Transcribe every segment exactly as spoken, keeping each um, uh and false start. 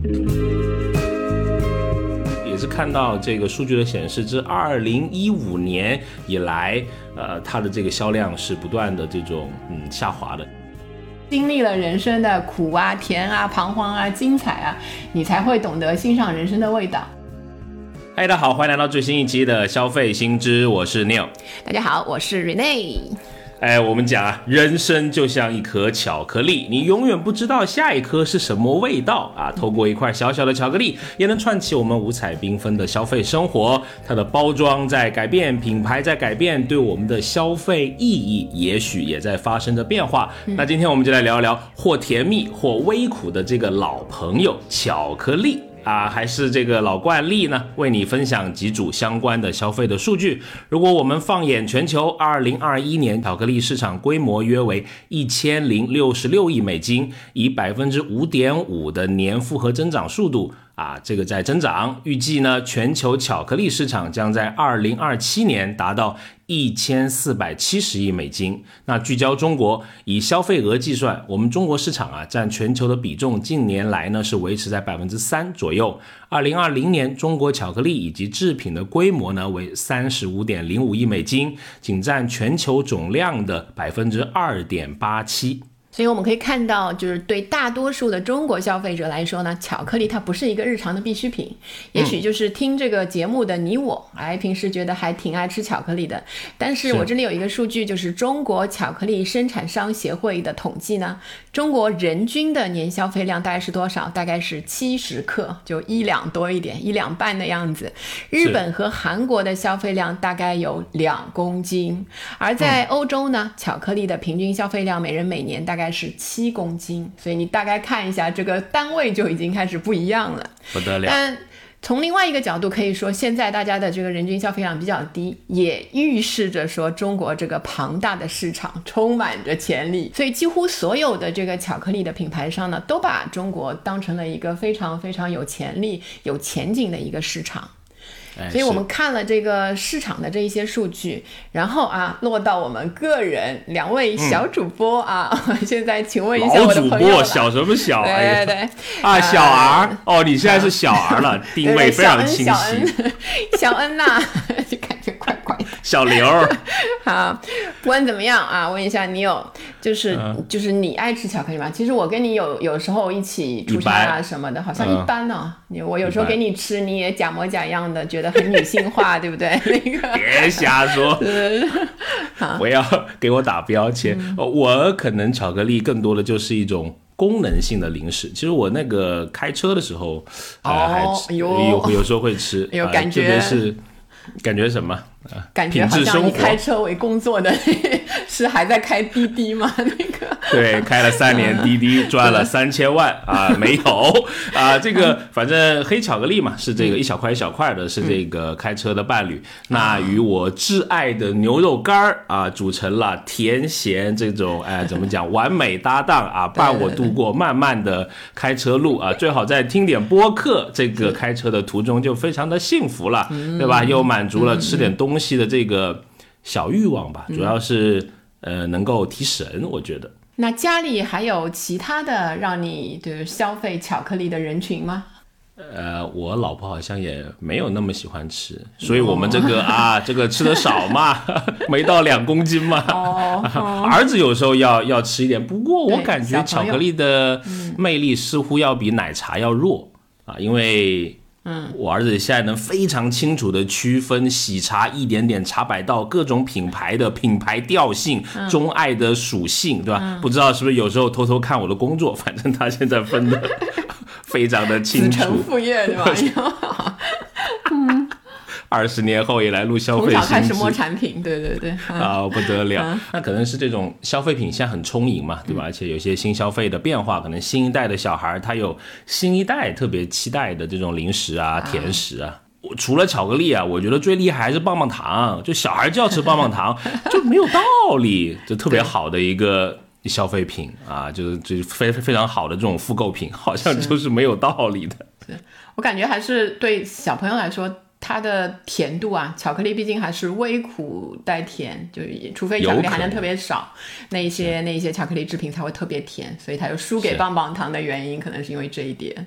也是看到这个数据的显示，自二零一五年以来，呃，它的这个销量是不断的这种嗯下滑的。 经历了人生的苦啊、甜啊、彷徨啊、精彩啊，你才会懂得欣赏人生的味道。 嗨，大家好，欢迎来到最新一期的消费新知，我是 Neil。 大家好，我是 Renee。 哎，我们讲啊，人生就像一颗巧克力，你永远不知道下一颗是什么味道啊。透过一块小小的巧克力，也能串起我们五彩缤纷的消费生活。它的包装在改变，品牌在改变，对我们的消费意义也许也在发生着变化。嗯、那今天我们就来聊一聊或甜蜜或微苦的这个老朋友巧克力。啊，还是这个老惯例呢，为你分享几组相关的消费的数据。如果我们放眼全球，二零二一年巧克力市场规模约为一千零六十六亿美金，以百分之五点五的年复合增长速度。啊，这个在增长，预计呢，全球巧克力市场将在二零二七年达到一千四百七十亿美金。那聚焦中国，以消费额计算，我们中国市场啊占全球的比重近年来呢是维持在百分之三左右。二零二零年，中国巧克力以及制品的规模呢为三十五点零五亿美金，仅占全球总量的百分之二点八七。 所以我们可以看到，就是对大多数的中国消费者来说呢，巧克力它不是一个日常的必需品。也许就是听这个节目的你我，哎，平时觉得还挺爱吃巧克力的。但是我这里有一个数据，就是中国巧克力生产商协会的统计呢，中国人均的年消费量大概是多少？大概是七十克，就一两多一点，一两半的样子。日本和韩国的消费量大概有两公斤，而在欧洲呢，巧克力的平均消费量每人每年大概大概是七公斤，所以你大概看一下这个单位就已经开始不一样了， 不得了。 但从另外一个角度可以说，现在大家的这个人均消费量比较低，也预示着说中国这个庞大的市场充满着潜力，所以几乎所有的这个巧克力的品牌商呢，都把中国当成了一个非常非常有潜力、有前景的一个市场。所以我们看了这个市场的这一些数据，然后啊，落到我们个人两位小主播、嗯、啊，现在请问一下我的朋友，老主播小什么小？ 对对对， 啊，小 R、呃、哦，你现在是小 R 了，啊、定位非常清晰。 小恩，小恩呐、啊，就感觉怪怪的。 小刘， 好，不管怎么样啊，问一下你有，就是、嗯、就是你爱吃巧克力吗？其实我跟你有有时候一起出差啊什么的，好像一般呢、哦。我有时候给你吃，你也假模假样的，觉得很女性化，对不对？那个别瞎说，不要给我打标签、嗯。我可能巧克力更多的就是一种功能性的零食。其实我那个开车的时候，呃、 哦， 还吃有有时候会吃， 有感觉、 呃、特别是感觉什么？ 感觉好像以开车为工作的是还在开滴滴吗？那个对，开了三年滴滴，赚了三千万啊，没有啊，这个反正黑巧克力嘛，是这个一小块一小块的，是这个开车的伴侣。嗯、那与我挚爱的牛肉干啊，组成了甜咸这种哎怎么讲完美搭档啊，伴我度过漫漫的开车路啊，最好再听点播客，这个开车的途中就非常的幸福了，嗯、对吧？又满足了吃点东西。东西的这个小欲望吧，主要是、嗯、呃能够提神，我觉得。 那家里还有其他的让你就是消费巧克力的人群吗？ 呃，我老婆好像也没有那么喜欢吃，所以我们这个、哦、啊，这个吃的少嘛，没到两公斤嘛。 哦哦、 儿子有时候要要吃一点，不过我感觉巧克力的魅力似乎要比奶茶要弱、嗯、啊，因为。嗯，我儿子现在能非常清楚的区分喜茶一点点茶百道各种品牌的品牌调性、嗯、钟爱的属性，对吧、嗯？不知道是不是有时候偷偷看我的工作，反正他现在分的非常的清楚。 子承父业，对吧？嗯。 二十年后也来录消费新知， 从小开始摸产品，对对对， 嗯、啊不得了、嗯！那可能是这种消费品现在很充盈嘛，对吧？嗯、而且有些新消费的变化，可能新一代的小孩他有新一代特别期待的这种零食啊、甜食啊。我除了巧克力啊，我觉得最厉害还是棒棒糖，就小孩就要吃棒棒糖，就没有道理，就特别好的一个。消费品啊，就是就是非非常好的这种复购品，好像就是没有道理的。 是，我感觉还是对小朋友来说，它的甜度啊，巧克力毕竟还是微苦带甜，就除非巧克力含量特别少，那一些那一些巧克力制品才会特别甜，所以它又输给棒棒糖的原因，可能是因为这一点。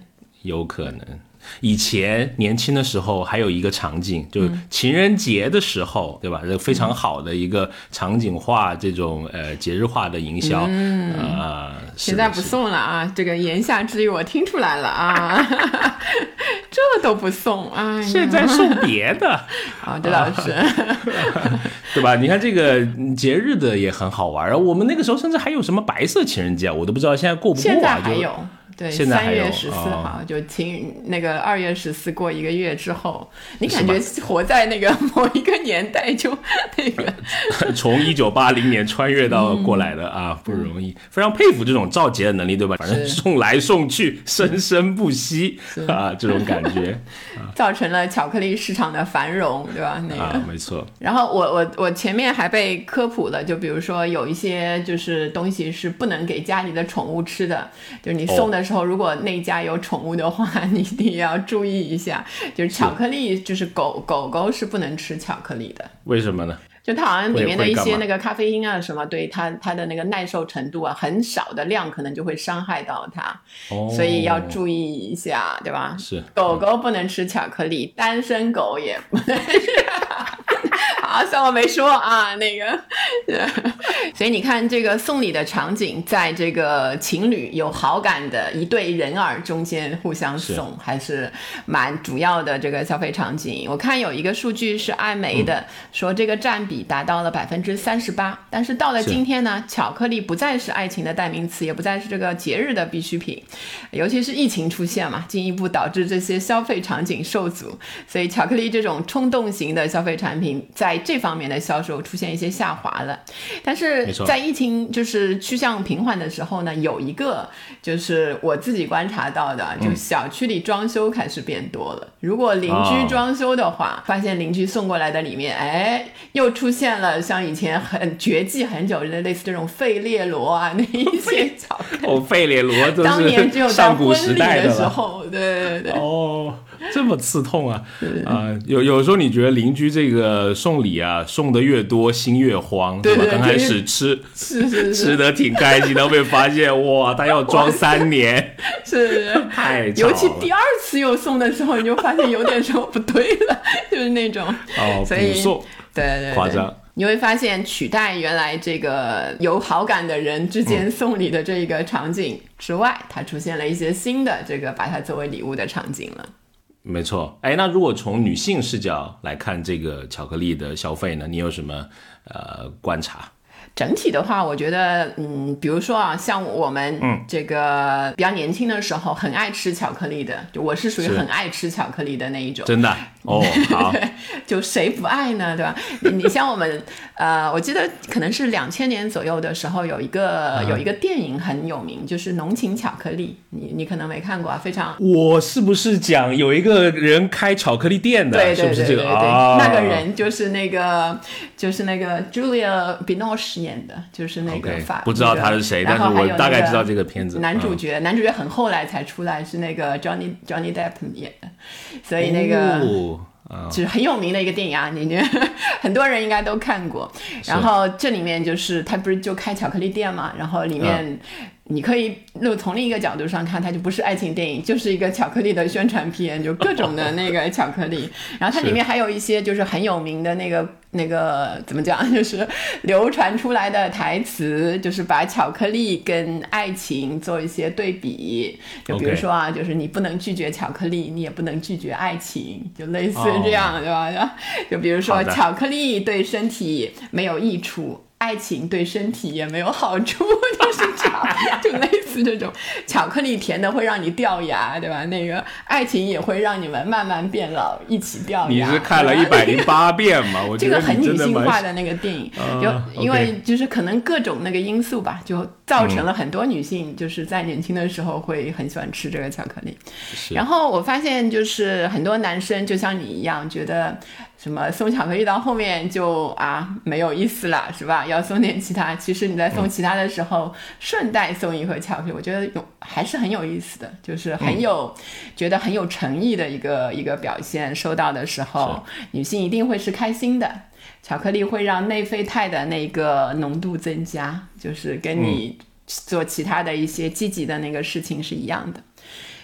有可能。以前年轻的时候还有一个场景，就情人节的时候，对吧？这非常好的一个场景化这种呃节日化的营销。嗯，呃， 现在不送了啊！这个言下之意我听出来了啊，这都不送啊！ 现在送别的啊，这倒是， 对吧？你看这个节日的也很好玩，我们那个时候甚至还有什么白色情人节，我都不知道现在过不过啊？ 现在还有。对，三月十四号、哦、就情那个二月十四过一个月之后，你感觉活在那个某一个年代就那个从一九八零年穿越到过来的、嗯、啊，不容易，非常佩服这种造节的能力，对吧？反正送来送去，生生不息啊，这种感觉、 啊、造成了巧克力市场的繁荣，对吧？那个、 啊、没错。 然后我我我前面还被科普了，就比如说有一些就是东西是不能给家里的宠物吃的，就是你送的、哦时候如果那家有宠物的话，你一定要注意一下，就是巧克力，就是狗狗狗是不能吃巧克力的。 为什么呢？ 就它好像里面的一些那个咖啡因啊什么，对它它的那个耐受程度啊，很少的量可能就会伤害到它、哦、所以要注意一下，对吧？ 是， 狗狗不能吃巧克力，单身狗也不能吃。好，算我没说啊，那个，所以你看这个送礼的场景，在这个情侣有好感的一对人儿中间互相送，还是蛮主要的这个消费场景。我看有一个数据是艾媒的、嗯、说这个占比达到了百分之三十八，但是到了今天呢，巧克力不再是爱情的代名词，也不再是这个节日的必需品，尤其是疫情出现嘛，进一步导致这些消费场景受阻，所以巧克力这种冲动型的消费产品在这方面的销售出现一些下滑了。但是在疫情就是趋向平缓的时候呢，有一个就是我自己观察到的，就小区里装修开始变多了、嗯、如果邻居装修的话、哦、发现邻居送过来的里面哎又出现了像以前很绝迹很久的类似这种费列罗啊那一些巧克力。 哦，费列罗都是上古时代的时候，对对对。 哦，这么刺痛啊！啊、呃，有有时候你觉得邻居这个送礼啊，送的越多心越慌， 对吧？ 刚开始吃是是是吃的挺开心，然后被发现哇，他要装三年， 是太吵了。 尤其第二次又送的时候，你就发现有点什么不对了，就是那种哦， 所以补送， 对对对， 夸张。 你会发现取代原来这个有好感的人之间送礼的这个场景之外、嗯、它出现了一些新的这个把它作为礼物的场景了。 没错。哎，那如果从女性视角来看这个巧克力的消费呢，你有什么呃观察？ 整体的话我觉得嗯，比如说啊，像我们这个比较年轻的时候很爱吃巧克力的，就我是属于很爱吃巧克力的那一种。 真的哦，好。 就谁不爱呢，对吧？你像我们呃，我记得可能是两千年左右的时候有一个、嗯、有一个电影很有名，就是浓情巧克力，你你可能没看过啊，非常。 我是不是讲有一个人开巧克力店的？ 对对对对对， 是不是这个？ 啊、那个人就是那个就是那个 Julia Binoche演的，就是那个法、 okay, 不知道他是谁，但是我大概知道这个片子。 男主角、嗯、男主角很后来才出来，是那个 Johnny Johnny Depp 演的，所以那个。哦就是很有名的一个电影啊，你觉得很多人应该都看过。然后这里面就是他不是就开巧克力店嘛，然后里面你可以从另一个角度上看，它就不是爱情电影，就是一个巧克力的宣传片，就各种的那个巧克力。然后它里面还有一些就是很有名的那个那个怎么讲，就是流传出来的台词，就是把巧克力跟爱情做一些对比。就比如说啊， okay. 就是你不能拒绝巧克力，你也不能拒绝爱情，就类似这样， oh. 对吧？就比如说巧克力对身体没有益处，爱情对身体也没有好处，就是这样，就类似这种。巧克力甜的会让你掉牙，对吧？那个爱情也会让你们慢慢变老，一起掉牙。 你是看了一百零八遍吗？我觉得这个很女性化的那个电影， uh, 就因为就是可能各种那个因素吧，就造成了很多女性就是在年轻的时候会很喜欢吃这个巧克力。然后我发现就是很多男生就像你一样，觉得什么送巧克力到后面就啊没有意思了，是吧？要送点其他。其实你在送其他的时候、嗯、顺带送一盒巧克力，我觉得有还是很有意思的，就是很有、嗯、觉得很有诚意的一个一个表现。收到的时候女性一定会是开心的，巧克力会让内啡肽的那个浓度增加，就是跟你做其他的一些积极的那个事情是一样的。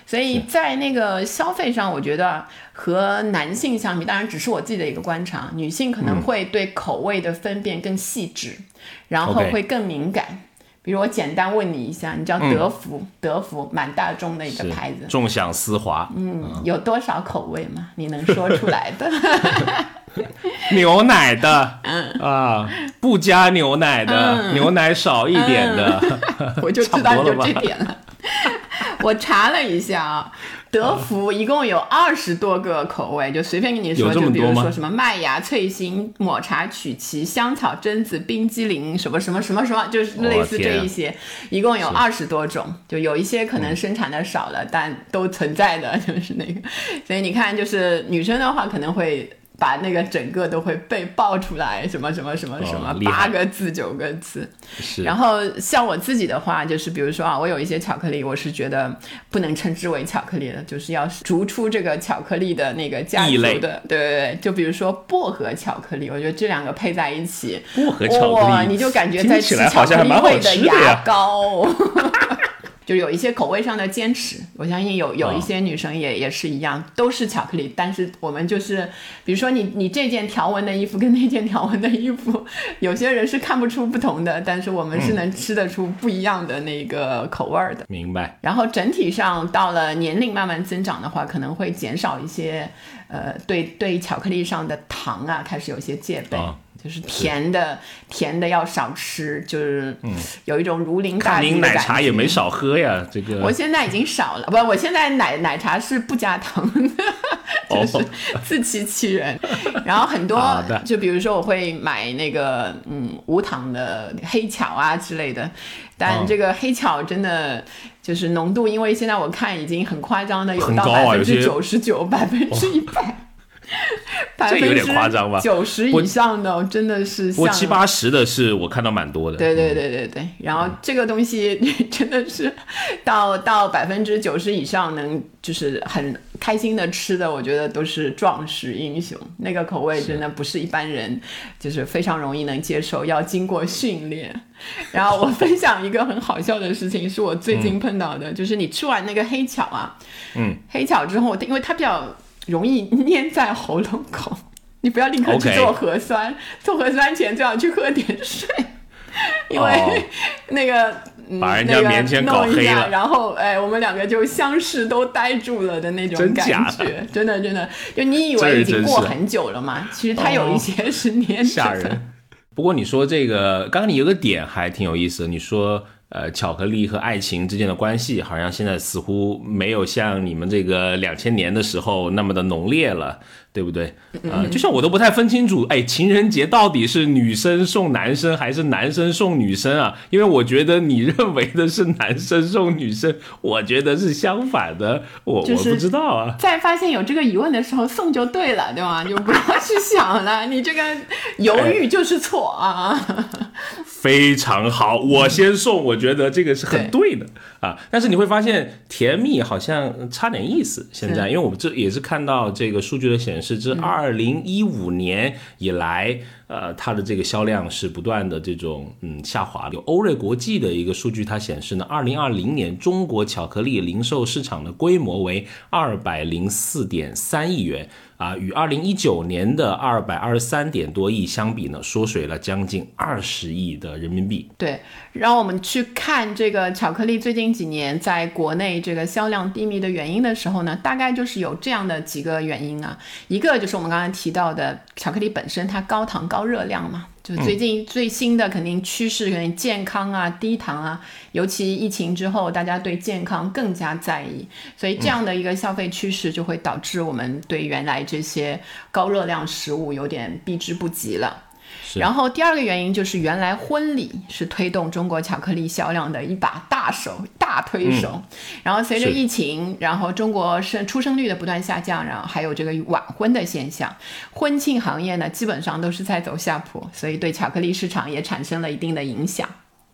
所以在那个消费上，我觉得和男性相比，当然只是我自己的一个观察，女性可能会对口味的分辨更细致，嗯、然后会更敏感。Okay. 比如我简单问你一下，你知道德芙、嗯、德芙蛮大众的一个牌子， 众享丝滑， 嗯，嗯有多少口味吗？你能说出来的？ 牛奶的，嗯啊，不加牛奶的，嗯、牛奶少一点的， 嗯、我就知道你就这点了。我查了一下啊，德芙一共有二十多个口味，就随便跟你说，就比如说什么麦芽脆心、抹茶曲奇、香草榛子、冰激凌，什么什么什么什么，就是类似这一些，一共有二十多种，就有一些可能生产的少了，但都存在的，就是那个，所以你看，就是女生的话可能会。把那个整个都会被爆出来，什么什么什么什么八个字九个字。然后像我自己的话，就是比如说啊，我有一些巧克力，我是觉得不能称之为巧克力的，就是要逐出这个巧克力的那个家族的。对对对，就比如说薄荷巧克力，我觉得这两个配在一起， 薄荷巧克力， 哇，你就感觉在吃巧克力味的牙膏。就有一些口味上的坚持，我相信有有一些女生也、哦、也是一样，都是巧克力，但是我们就是比如说你你这件条纹的衣服跟那件条纹的衣服，有些人是看不出不同的，但是我们是能吃得出不一样的那个口味的、嗯、 明白。 然后整体上到了年龄慢慢增长的话，可能会减少一些呃对对巧克力上的糖啊开始有一些戒备、哦，就是甜的甜的要少吃，就是有一种如临大敌的感觉。 看您奶茶也没少喝呀，这个我现在已经少了，不，我现在奶奶茶是不加糖的，就是自欺欺人。然后很多，就比如说我会买那个嗯无糖的黑巧啊之类的，但这个黑巧真的就是浓度，因为现在我看已经很夸张的有到百分之九十九、百分之一百。 这有点夸张吧？ 九十以上的真的是像， 我七八十的是我看到蛮多的。 对对对对对，然后这个东西真的是到到百分之九十以上能就是很开心的吃的，我觉得都是壮士英雄。那个口味真的不是一般人就是非常容易能接受，要经过训练。然后我分享一个很好笑的事情，是我最近碰到的，嗯、就是你吃完那个黑巧啊，嗯，黑巧之后，因为它比较容易粘在喉咙口，你不要立刻去做核酸， okay. 做核酸前最好去喝点水，因为、oh. 那个、嗯、 把人家棉签搞黑了， 然后哎，我们两个就相视都呆住了的那种感觉，真的真的，就你以为已经过很久了嘛，其实它有一些是粘着的、oh. 吓人。不过你说这个，刚刚你有个点还挺有意思的，你说呃，巧克力和爱情之间的关系，好像现在似乎没有像你们这个两千年的时候那么的浓烈了，对不对？啊、呃，就像我都不太分清楚，哎，情人节到底是女生送男生还是男生送女生啊？因为我觉得你认为的是男生送女生，我觉得是相反的，我、就是、我不知道啊。 在发现有这个疑问的时候，送就对了，对吗？就不要去想了，你这个犹豫就是错啊。 非常好，我先送，我觉得这个是很对的啊。但是你会发现甜蜜好像差点意思。现在，因为我们这也是看到这个数据的显示，自二零一五年以来，呃，它的这个销量是不断的这种嗯下滑。有欧瑞国际的一个数据，它显示呢，二零二零年中国巧克力零售市场的规模为二百零四点三亿元。啊，与二零一九年的二百二十三点多亿相比呢，缩水了将近二十亿的人民币。 对，让我们去看这个巧克力最近几年在国内这个销量低迷的原因的时候呢，大概就是有这样的几个原因啊。一个就是我们刚才提到的，巧克力本身它高糖高热量嘛。就最近最新的肯定趋势，肯定健康啊、低糖啊，尤其疫情之后，大家对健康更加在意，所以这样的一个消费趋势就会导致我们对原来这些高热量食物有点避之不及了。然后第二个原因就是原来婚礼是推动中国巧克力销量的一把大手大推手、嗯、然后随着疫情，然后中国生出生率的不断下降，然后还有这个晚婚的现象，婚庆行业呢基本上都是在走下坡，所以对巧克力市场也产生了一定的影响。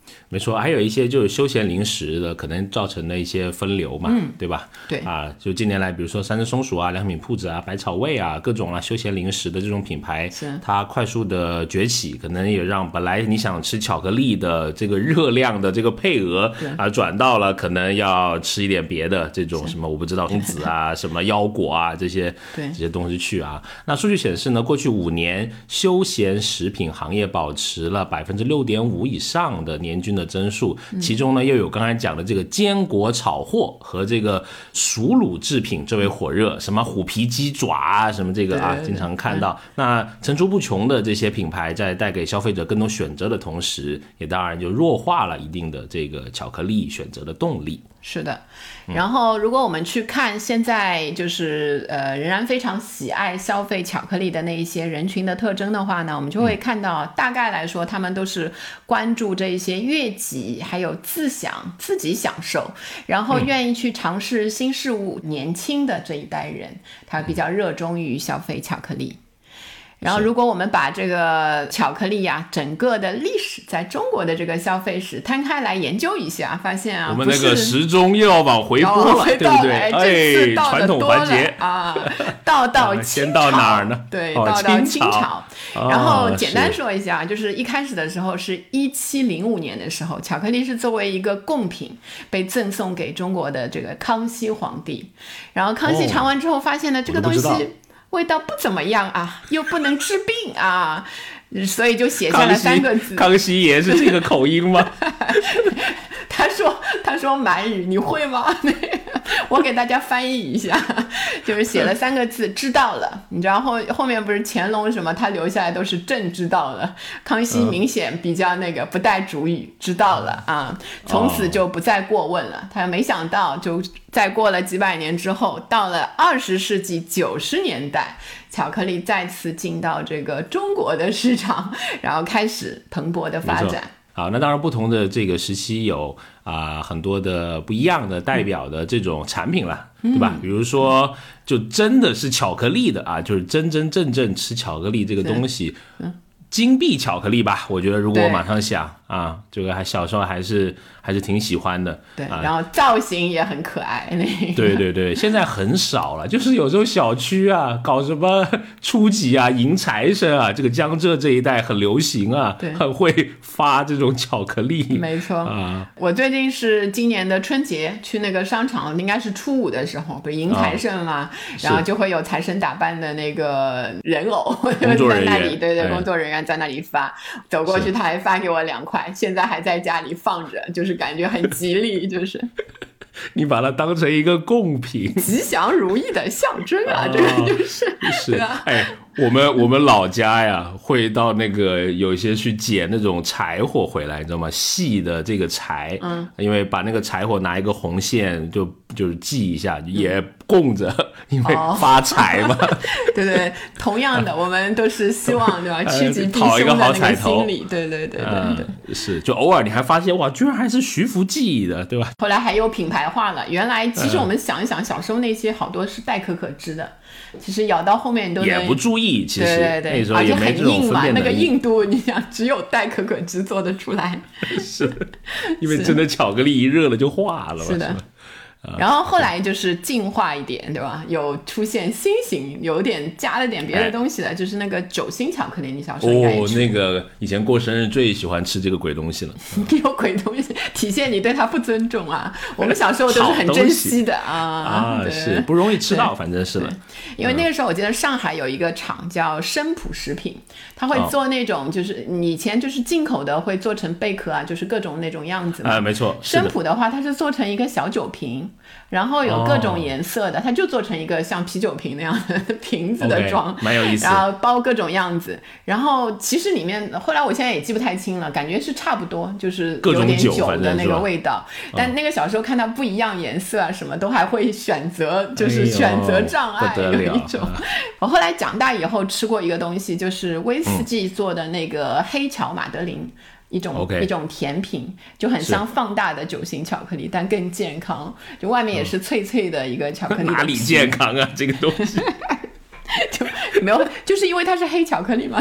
没错，还有一些就是休闲零食的，可能造成的一些分流嘛，嗯、对吧？ 对啊，就近年来，比如说三只松鼠啊、良品铺子啊、百草味啊，各种啊休闲零食的这种品牌，它快速的崛起，可能也让本来你想吃巧克力的这个热量的这个配额啊，转到了可能要吃一点别的这种什么我不知道松子啊、什么腰果啊这些这些东西去啊。那数据显示呢，过去五年休闲食品行业保持了百分之六点五以上的年均的增速，其中呢又有刚才讲的这个坚果炒货和这个薯乳制品最为火热，什么虎皮鸡爪啊，什么这个啊，经常看到。那层出不穷的这些品牌在带给消费者更多选择的同时，也当然就弱化了一定的这个巧克力选择的动力。 是的，然后如果我们去看现在就是呃仍然非常喜爱消费巧克力的那一些人群的特征的话呢，我们就会看到大概来说他们都是关注这一些悦己还有自享自己享受，然后愿意去尝试新事物，年轻的这一代人他比较热衷于消费巧克力。然后如果我们把这个巧克力呀、啊、整个的历史在中国的这个消费史摊开来研究一下，发现啊， 我们那个时钟又要往回拨了，对不对？哎，传统环节啊，到到清朝、啊、 先到哪儿呢？ 对， 哦、 到到清朝、 哦、 然后简单说一下，就是一开始的时候是一七零五年的时候，巧克力是作为一个贡品被赠送给中国的这个康熙皇帝，然后康熙尝完之后发现呢、哦、这个东西味道不怎么样啊，又不能治病啊，所以就写下了三个字。 康熙爷是这个口音吗？ 他说他说满语，你会吗？我给大家翻译一下，就是写了三个字，知道了。你知道后后面不是乾隆什么，他留下来都是朕知道了。康熙明显比较那个不带主语，知道了啊，从此就不再过问了。他没想到，就再过了几百年之后，到了二十世纪九十年代，巧克力再次进到这个中国的市场，然后开始蓬勃的发展。 好，那当然不同的这个时期有啊、呃、很多的不一样的代表的这种产品了、嗯、对吧？比如说就真的是巧克力的啊，就是真真正正吃巧克力这个东西，嗯，金币巧克力吧，我觉得如果我马上想啊，这个还小时候还是还是挺喜欢的。 对、 啊， 然后造型也很可爱。那个、 对对对，现在很少了，就是有时候小区啊搞什么初几啊迎财神啊，这个江浙这一带很流行啊，很会发这种巧克力。 没错啊， 我最近是今年的春节去那个商场，应该是初五的时候，不是迎财神嘛、啊，然后就会有财神打扮的那个人偶工作人员在那里，对对，哎、工作人员在那里发，走过去他还发给我两块，现在还在家里放着，就是感觉很吉利，就是你把它当成一个贡品， 吉祥如意的象征啊，哦、这个就是是啊，哎。我们我们老家呀，会到那个有一些去捡那种柴火回来，你知道吗？细的这个柴，嗯，因为把那个柴火拿一个红线就就是系一下，也供着，因为发财嘛。哦、 对对，同样的，我们都是希望对吧，趋吉避凶的那个心理，对对对对对、 嗯，是，就偶尔你还发现哇，居然还是徐福记的，对吧？ 后来还有品牌化了，原来其实我们想一想，小时候那些好多是代可可脂的。其实咬到后面你都能也不注意，其实对对对， 那时候也没这种分辨能力，而且很硬嘛，那个硬度你想只有代可可脂做得出来， 是因为真的巧克力一热了就化了嘛， 是的。然后后来就是进化一点，对吧？有出现新型，有点加了点别的东西的，哎、就是那个酒心巧克力。你小时候应该也哦，那个以前过生日最喜欢吃这个鬼东西了。 有鬼东西，体现你对它不尊重啊！我们小时候都是很珍惜的啊啊，是不容易吃到，反正是了。 因为那个时候我记得上海有一个厂叫生普食品，它会做那种就是你以前就是进口的会做成贝壳啊，就是各种那种样子嘛。 啊，没错。 生普的话，它是做成一个小酒瓶。然后有各种颜色的、哦、它就做成一个像啤酒瓶那样的瓶子的装、 okay, 蛮有意思， 然后包各种样子，然后其实里面后来我现在也记不太清了，感觉是差不多，就是有点酒的那个味道，但那个小时候看到不一样颜色啊什么都还会选择，就是选择障碍、哎、有一种、啊、我后来长大以后吃过一个东西，就是威士忌做的那个黑巧马德琳、嗯一种、okay. 一种甜品，就很像放大的酒心巧克力，但更健康，就外面也是脆脆的一个巧克力的、嗯、 哪里健康啊这个东西就没有，就是因为它是黑巧克力嘛，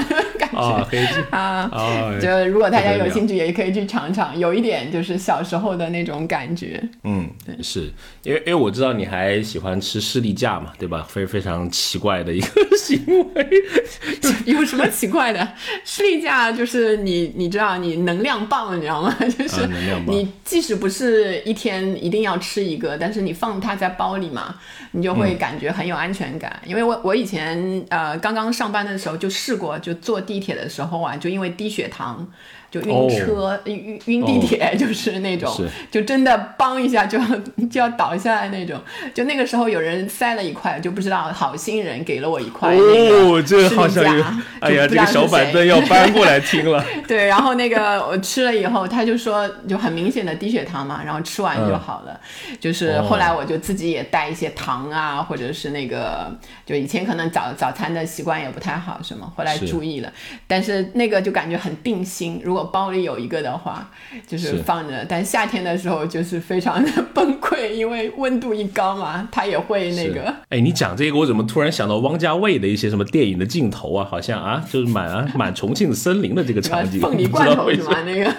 感觉啊，黑鸡啊， 哦、 就如果大家有兴趣，也可以去尝尝，有一点就是小时候的那种感觉。 嗯，是因为因为我知道你还喜欢吃士力架嘛，对吧？非非常奇怪的一个行为。 有什么奇怪的？士力架就是你，你知道，你能量棒，你知道吗？就是你即使不是一天一定要吃一个，但是你放它在包里嘛，你就会感觉很有安全感。嗯、因为我我以前呃刚刚上班的时候就试过，就坐地铁的时候啊，就因为低血糖。就晕车、哦、晕晕地铁、哦、就是那种就真的帮一下就要就要倒下来那种，就那个时候有人塞了一块，就不知道好心人给了我一块哦，这好像有，哎呀，这个小板凳要搬过来听了。 对，然后那个我吃了以后，他就说就很明显的低血糖嘛，然后吃完就好了。嗯、就是后来我就自己也带一些糖啊，或者是那个就以前可能早早餐的习惯也不太好什么，后来注意了，但是那个就感觉很定心，如果包里有一个的话就是放着，但夏天的时候就是非常的崩溃，因为温度一高嘛，它也会那个。 哎，你讲这个我怎么突然想到汪家卫的一些什么电影的镜头啊，好像啊就是满啊满重庆森林的这个场景， 凤梨罐头是吗？那个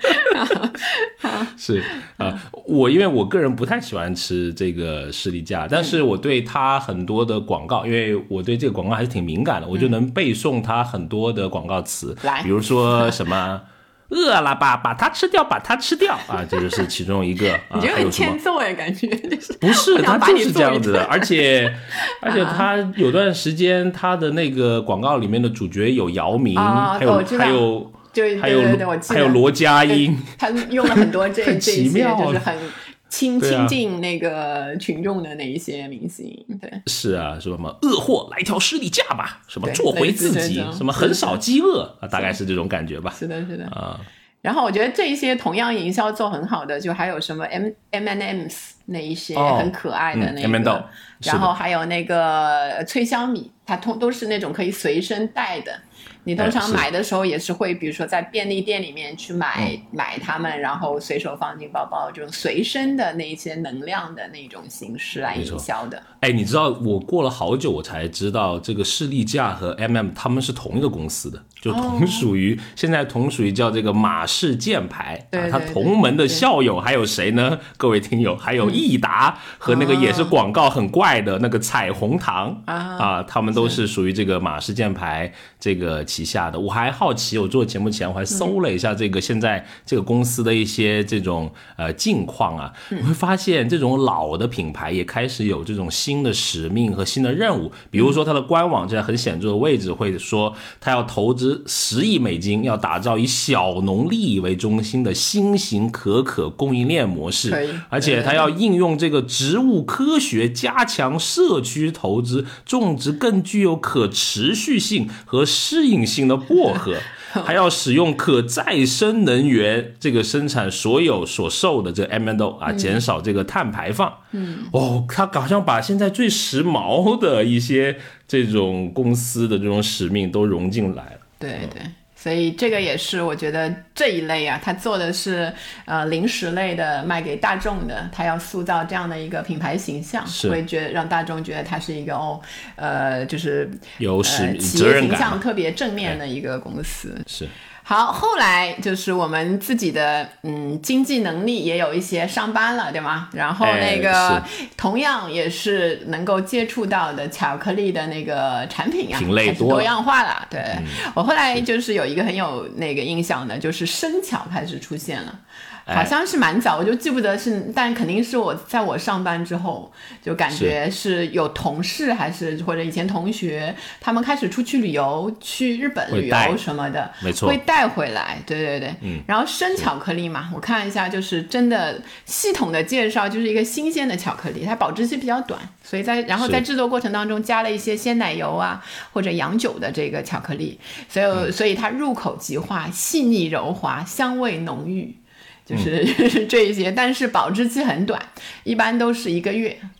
是啊、呃，我因为我个人不太喜欢吃这个士力架，但是我对它很多的广告，因为我对这个广告还是挺敏感的，我就能背诵它很多的广告词，比如说什么饿了吧，把它吃掉，把它吃掉啊，这就是其中一个。 你觉得很欠揍哎，感觉就是不是，它就是这样子的，而且而且它有段时间它的那个广告里面的主角有姚明， 啊、 还有还有。 就还有对对对我记得还有罗家英， 他用了很多这很奇妙这些，就是很亲亲近那个群众的那一些明星，对， 是啊，什么恶货来条士力架吧，什么做回自己，什么横扫饥饿啊，大概是这种感觉吧。 是的，是的啊。 然后我觉得这一些同样营销做很好的，就还有什么 M M and M's 那一些很可爱的那个， 哦嗯、 然后还有那个脆香米，它通都是那种可以随身带的。你通常买的时候也是会，比如说在便利店里面去买、嗯、买它们，然后随手放进包包，这种随身的那些能量的那种形式来营销的。 哎，你知道我过了好久我才知道，这个士力架和 M M 他们是同一个公司的，就同属于、哦、现在同属于叫这个马氏箭牌。 对对对， 啊，他同门的校友还有谁呢？各位听友，还有益达、嗯、和那个也是广告很怪的那个彩虹糖、啊, 啊，他们都是属于这个马氏箭牌这个旗下的。我还好奇，我做节目前我还搜了一下这个现在这个公司的一些这种呃近况啊，我会发现这种老的品牌也开始有这种新的使命和新的任务。比如说它的官网在很显著的位置会说，它要投资十亿美金，要打造以小农利益为中心的新型可可供应链模式，而且它要应用这个植物科学，加强社区投资，种植更具有可持续性和适应性的薄荷，还要使用可再生能源这个生产所有所售的这个 M and O 啊，减少这个碳排放。嗯，哦，他好像把现在最时髦的一些这种公司的这种使命都融进来了。 对对。嗯，所以这个也是我觉得这一类啊，他做的是呃零食类的，卖给大众的，他要塑造这样的一个品牌形象，会觉得让大众觉得他是一个哦呃就是有使命、 呃、企业形象特别正面的一个公司。 是。 好，后来就是我们自己的嗯经济能力也有一些上班了，对吗？然后那个、哎、同样也是能够接触到的巧克力的那个产品啊， 品类多多样化了。对、嗯、我后来就是有一个很有那个印象的，就是生巧开始出现了。好像是蛮早，我就记不得是，但肯定是我在我上班之后，就感觉是有同事还是或者以前同学，他们开始出去旅游，去日本旅游什么的， 没错， 会带回来，对对对，嗯，然后生巧克力嘛，我看一下，就是真的系统的介绍，就是一个新鲜的巧克力，它保质期比较短，所以在然后在制作过程当中加了一些鲜奶油啊或者洋酒的这个巧克力，所以、嗯、所以它入口即化，细腻柔滑，香味浓郁。就是、嗯、这一些，但是保质期很短，一般都是一个月，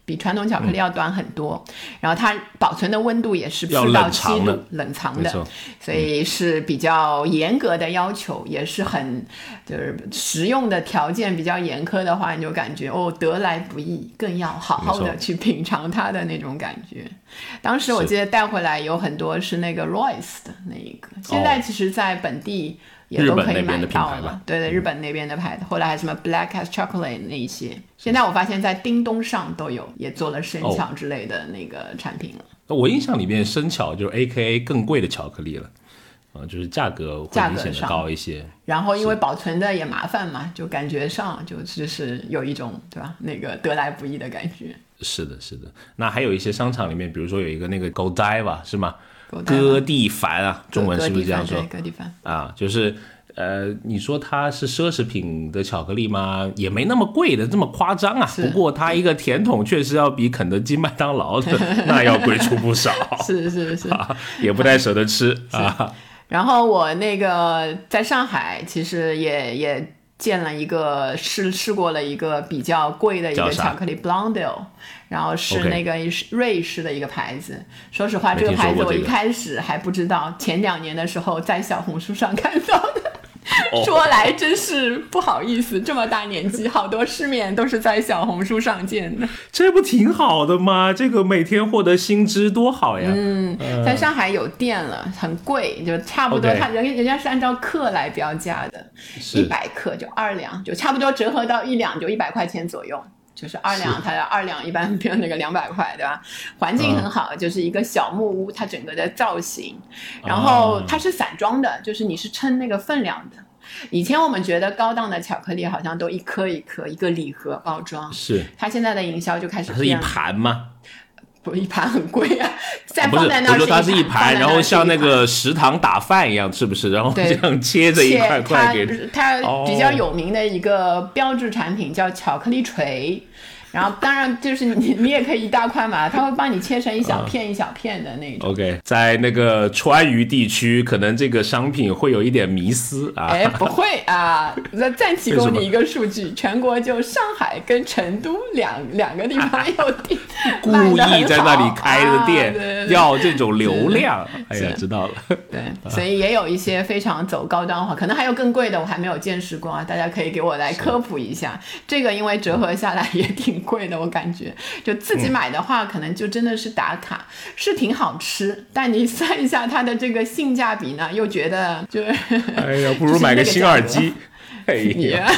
比传统巧克力要短很多，嗯、然后它保存的温度也是四到七度冷藏的，所以是比较严格的要求，也是很就是食用的条件比较严苛的话，你就感觉哦得来不易，更要好好的去品尝它的那种感觉。当时我记得带回来有很多是那个 Royce 的那一个，现在其实在本地也都可以买到了，对对，日本那边的牌子，后来还什么 Black as Chocolate 那一些，现在我发现在叮咚上都有，也做了生巧之类的那个产品了。 哦、我印象里面生巧就是 A K A 更贵的巧克力了。呃、就是价格会明显的高一些， 然后因为保存的也麻烦嘛，就感觉上就就是有一种对吧，那个得来不易的感觉。 是的是的，那还有一些商场里面，比如说有一个那个 Godiva 是吗？哥地凡啊，中文是不是这样说？ 哥地凡啊，就是呃，你说它是奢侈品的巧克力吗？也没那么贵的这么夸张啊。不过它一个甜筒确实要比肯德基、麦当劳的那要贵出不少。 是是是、 啊，也不太舍得吃啊。 然后我那个在上海其实也也见了一个试试过了一个比较贵的一个巧克力 Blondel， 然后是那个瑞士的一个牌子。Okay. 说实话，这个牌子我一开始还不知道，前两年的时候在小红书上看到的。说来真是不好意思，这么大年纪，好多市面都是在小红书上见的。 这不挺好的吗？这个每天获得新知多好呀！ 嗯，在上海有店了，很贵，就差不多， Okay. 他人人家是按照克来标价的，一百克就二两，就差不多折合到一两就一百块钱左右。就是二两，它的二两一般比如那个两百块，对吧？环境很好，嗯、就是一个小木屋，它整个的造型，然后它是散装的，就是你是称那个分量的。以前我们觉得高档的巧克力好像都一颗一颗一个礼盒包装， 是它现在的营销就开始它是一盘吗？ 不，一盘很贵啊，再放在那儿、 啊、不是，我说它是一盘，然后像那个食堂打饭一样，是不是？然后这样切着一块块给它。它比较有名的一个标志产品叫巧克力锤。然后当然就是你你也可以一大块嘛，他会帮你切成一小片一小片的那种。 OK， 在那个川渝地区，可能这个商品会有一点迷思啊。 哎，不会啊，再提供你一个数据，全国就上海跟成都两两个地方有店， 故意在那里开的店，啊、要这种流量。哎呀，知道了。 对，所以也有一些非常走高端化，可能还有更贵的，我还没有见识过啊，大家可以给我来科普一下。这个因为折合下来也挺贵的，我感觉就自己买的话、嗯、可能就真的是打卡，是挺好吃，但你算一下它的这个性价比呢，又觉得就哎呀，不如买个新耳机。哎呀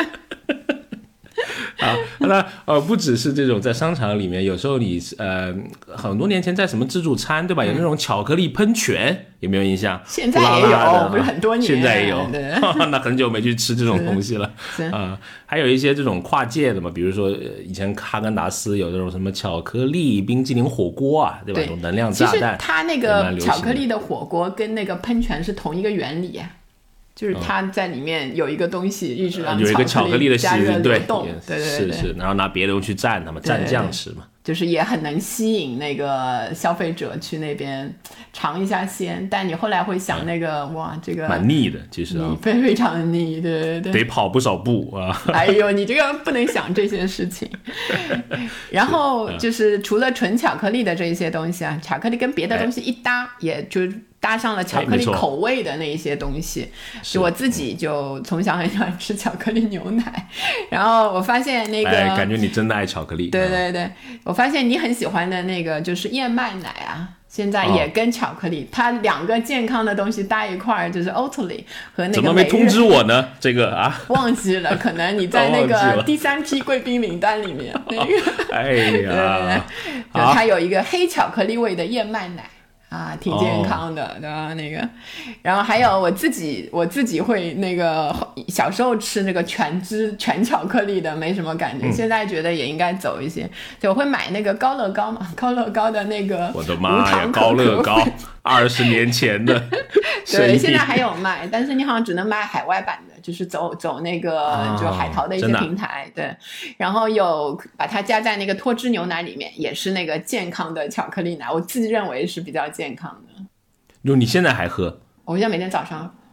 啊，那呃，不只是这种在商场里面，有时候你呃，很多年前在什么自助餐，对吧？有那种巧克力喷泉，有没有印象？ 现在也有， 拉拉不是很多年， 现在也有。那很久没去吃这种东西了啊、呃。还有一些这种跨界的嘛，比如说以前哈根达斯有这种什么巧克力冰激凌火锅啊，对吧？这种能量炸弹。 其实它那个巧克力的火锅跟那个喷泉是同一个原理。就是它在里面有一个东西一直让有一个巧克力的加热流动， 对对对， 是是，然后拿别的东西去蘸，他们蘸酱吃嘛， 就是也很能吸引那个消费者去那边尝一下鲜。但你后来会想那个、嗯、哇，这个蛮腻的，其实啊， 非非常腻，对对对， 得跑不少步啊。 哎呦，你这个不能想这些事情。然后就是除了纯巧克力的这一些东西啊，巧克力跟别的东西一搭，哎、也就。搭上了巧克力口味的那一些东西，就我自己就从小很喜欢吃巧克力牛奶，然后我发现那个、 哎、感觉你真的爱巧克力。 对对对、嗯，我发现你很喜欢的那个就是燕麦奶啊，现在也跟巧克力，哦、它两个健康的东西搭一块儿，就是 Oatly 和那个。 怎么没通知我呢？这个啊， 忘记了，可能你在那个第三批贵宾名单里面。那个， 哎呀，对对对，它有一个黑巧克力味的燕麦奶。啊，挺健康的，哦、对吧？那个，然后还有我自己，我自己会那个小时候吃那个全脂全巧克力的，没什么感觉。嗯、现在觉得也应该走一些，所以我会买那个高乐高嘛，高乐高的那个我的妈呀，高乐高，二十年前的， 对，现在还有卖，但是你好像只能买海外版的，就是走走那个、哦、就海淘的一些平台，对。然后有把它加在那个脱脂牛奶里面，也是那个健康的巧克力奶，我自己认为是比较健康的。 就你现在还喝？ 我现在每天早上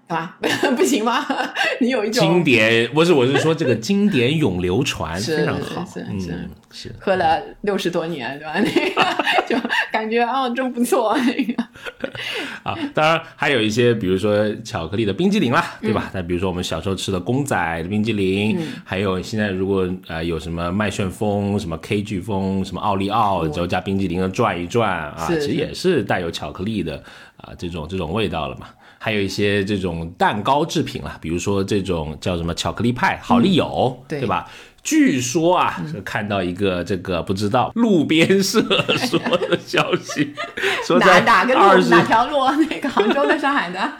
啊，不行吗？你有一种经典，不是，我是说这个经典永流传，非常好， 是是、 嗯、 是是， 喝了六十多年，对吧？那个就感觉哦，真不错。那个啊，当然还有一些，比如说巧克力的冰激凌啦，对吧？那、嗯、比如说我们小时候吃的公仔的冰激凌，嗯、还有现在如果呃有什么麦旋风、什么 K 巨风、什么奥利奥，之后加冰激凌的转一转啊，其实也是带有巧克力的啊这种这种味道了嘛。还有一些这种蛋糕制品啦，比如说这种叫什么巧克力派、好丽友，嗯、对, 对吧？据说啊，嗯、看到一个这个不知道路边社说的消息，说在哪哪个路哪条路？那个杭州的、上海的。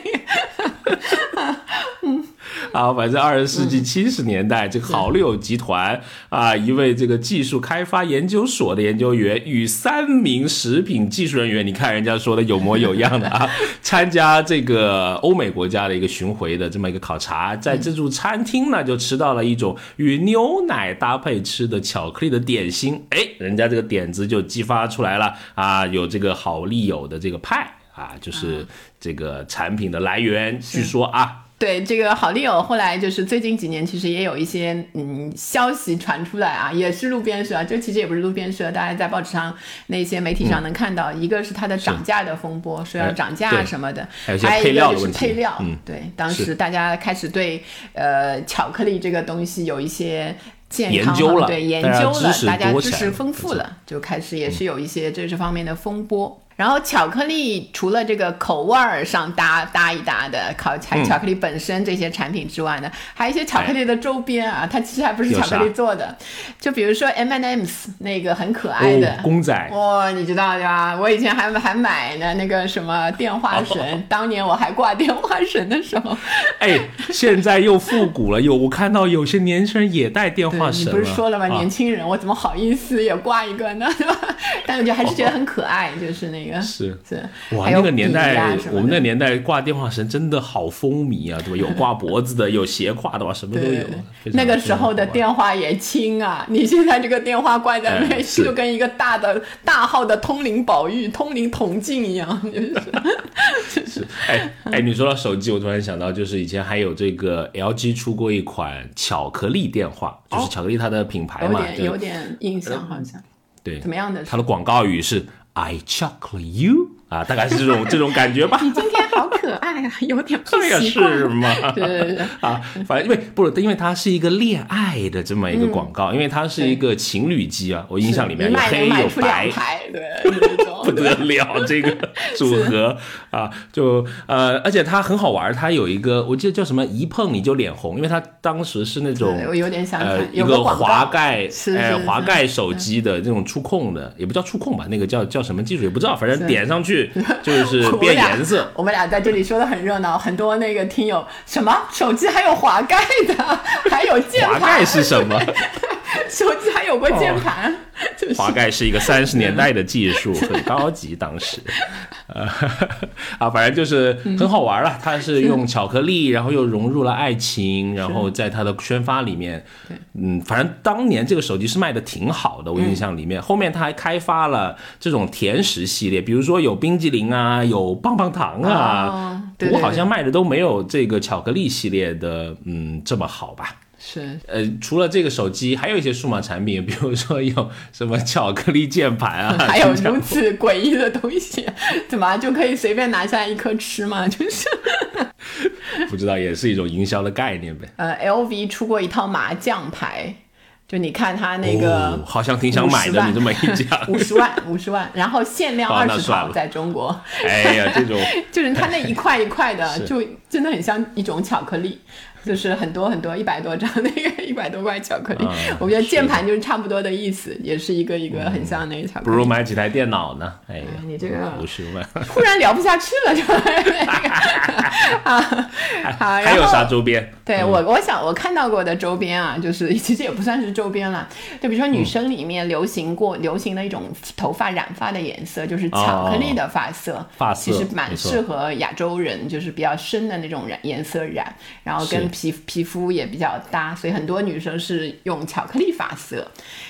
嗯，好，反正二十世纪七十年代，嗯、这个好丽友集团啊，一位这个技术开发研究所的研究员与三名食品技术人员，你看人家说的有模有样的啊，参加这个欧美国家的一个巡回的这么一个考察，在自助餐厅呢就吃到了一种与牛奶搭配吃的巧克力的点心，哎，人家这个点子就激发出来了啊，有这个好丽友的这个派啊，就是这个产品的来源，据说啊。 对，这个好丽友后来就是最近几年其实也有一些嗯消息传出来啊，也是路边社，这其实也不是路边社，大家在报纸上那些媒体上能看到，嗯、一个是它的涨价的风波，说要涨价什么的， 还有一些配料的问题。 还有一个就是配料， 嗯， 对，当时大家开始对呃巧克力这个东西有一些健康研究了， 对研究了，大家知识丰富了， 了，就开始也是有一些这方面的风波。然后巧克力除了这个口味上搭搭一搭的巧巧克力本身这些产品之外呢，嗯、还有一些巧克力的周边啊，它其实还不是巧克力做的，就比如说 M and M's 那个很可爱的、 哦、公仔， 哇、哦，你知道对吧？我以前还还买呢那个什么电话绳，哦、当年我还挂电话绳的时候， 哎，现在又复古了，有我看到有些年轻人也带电话绳了， 你不是说了吗？ 啊、 年轻人，我怎么好意思也挂一个呢？对吧？但我觉得还是觉得很可爱，哦、就是那个。 是是哇，那个年代，我们那个年代挂电话绳真的好风靡啊，对吧？有挂脖子的，有斜挎的吧，什么都有。 那个时候的电话也轻啊，你现在这个电话挂在那，就跟一个大的大号的通灵宝玉、通灵铜镜一样，就是。 就是，哎哎，你说到手机，我突然想到，就是以前还有这个 L G 出过一款巧克力电话，哦、就是巧克力它的品牌嘛， 有点有点印象好像。 对， 怎么样的？ 它的广告语是 I chocolate you。啊，大概是这种这种感觉吧。 你今天好可爱啊，有点不习惯。是吗？ 对对对。 啊，反正因为不是，因为它是一个恋爱的这么一个广告，嗯、因为它是一个情侣机啊，我印象里面有黑有白， 对， 不得了这个组合啊，就呃，而且它很好玩，它有一个我记得叫什么一碰你就脸红，因为它当时是那种我有点想呃一个滑盖哎滑盖手机的这种触控的，也不叫触控吧，那个叫叫什么技术也不知道，反正点上去。就是变颜色我。我们俩在这里说的很热闹，很多那个听友什么手机还有滑盖的，还有键盘。 滑盖是什么？ 手机还有过键盘。哦就是、 滑盖是一个三十年代的技术，很高级当时。呃啊，反正就是很好玩了。嗯、它是用巧克力，然后又融入了爱情，然后在它的宣发里面，嗯，反正当年这个手机是卖的挺好的，我印象里面。嗯、后面它还开发了这种甜食系列，比如说有冰激凌啊，有棒棒糖啊， 哦、 不过好像卖的都没有这个巧克力系列的，嗯，这么好吧。 是， 呃，除了这个手机，还有一些数码产品，比如说有什么巧克力键盘啊， 还有如此诡异的东西，怎么就可以随便拿下一颗吃吗？就是不知道，也是一种营销的概念呗。 呃 ，L V 出过一套麻将牌，就你看他那个、 哦，好像挺想买的，你这么一讲， 五十万，五十万，然后限量二十套在中国。 哎呀，这种就是它那一块一块的，就真的很像一种巧克力。就是很多很多一百多张那个一百多块巧克力、嗯，我觉得键盘就是差不多的意思，也是一个一个很像那个巧克力。 不如买几台电脑呢？哎呀， 哎你这个五十万， 忽然聊不下去了，就啊啊！ 还有啥周边？ 对、嗯、我我想我看到过的周边啊，就是其实也不算是周边了，就比如说女生里面流行过、嗯、流行的一种头发染发的颜色，就是巧克力的发色，哦、 发色其实蛮适合亚洲人，就是比较深的那种染颜色染，然后跟皮皮肤也比较搭，所以很多女生是用巧克力发色。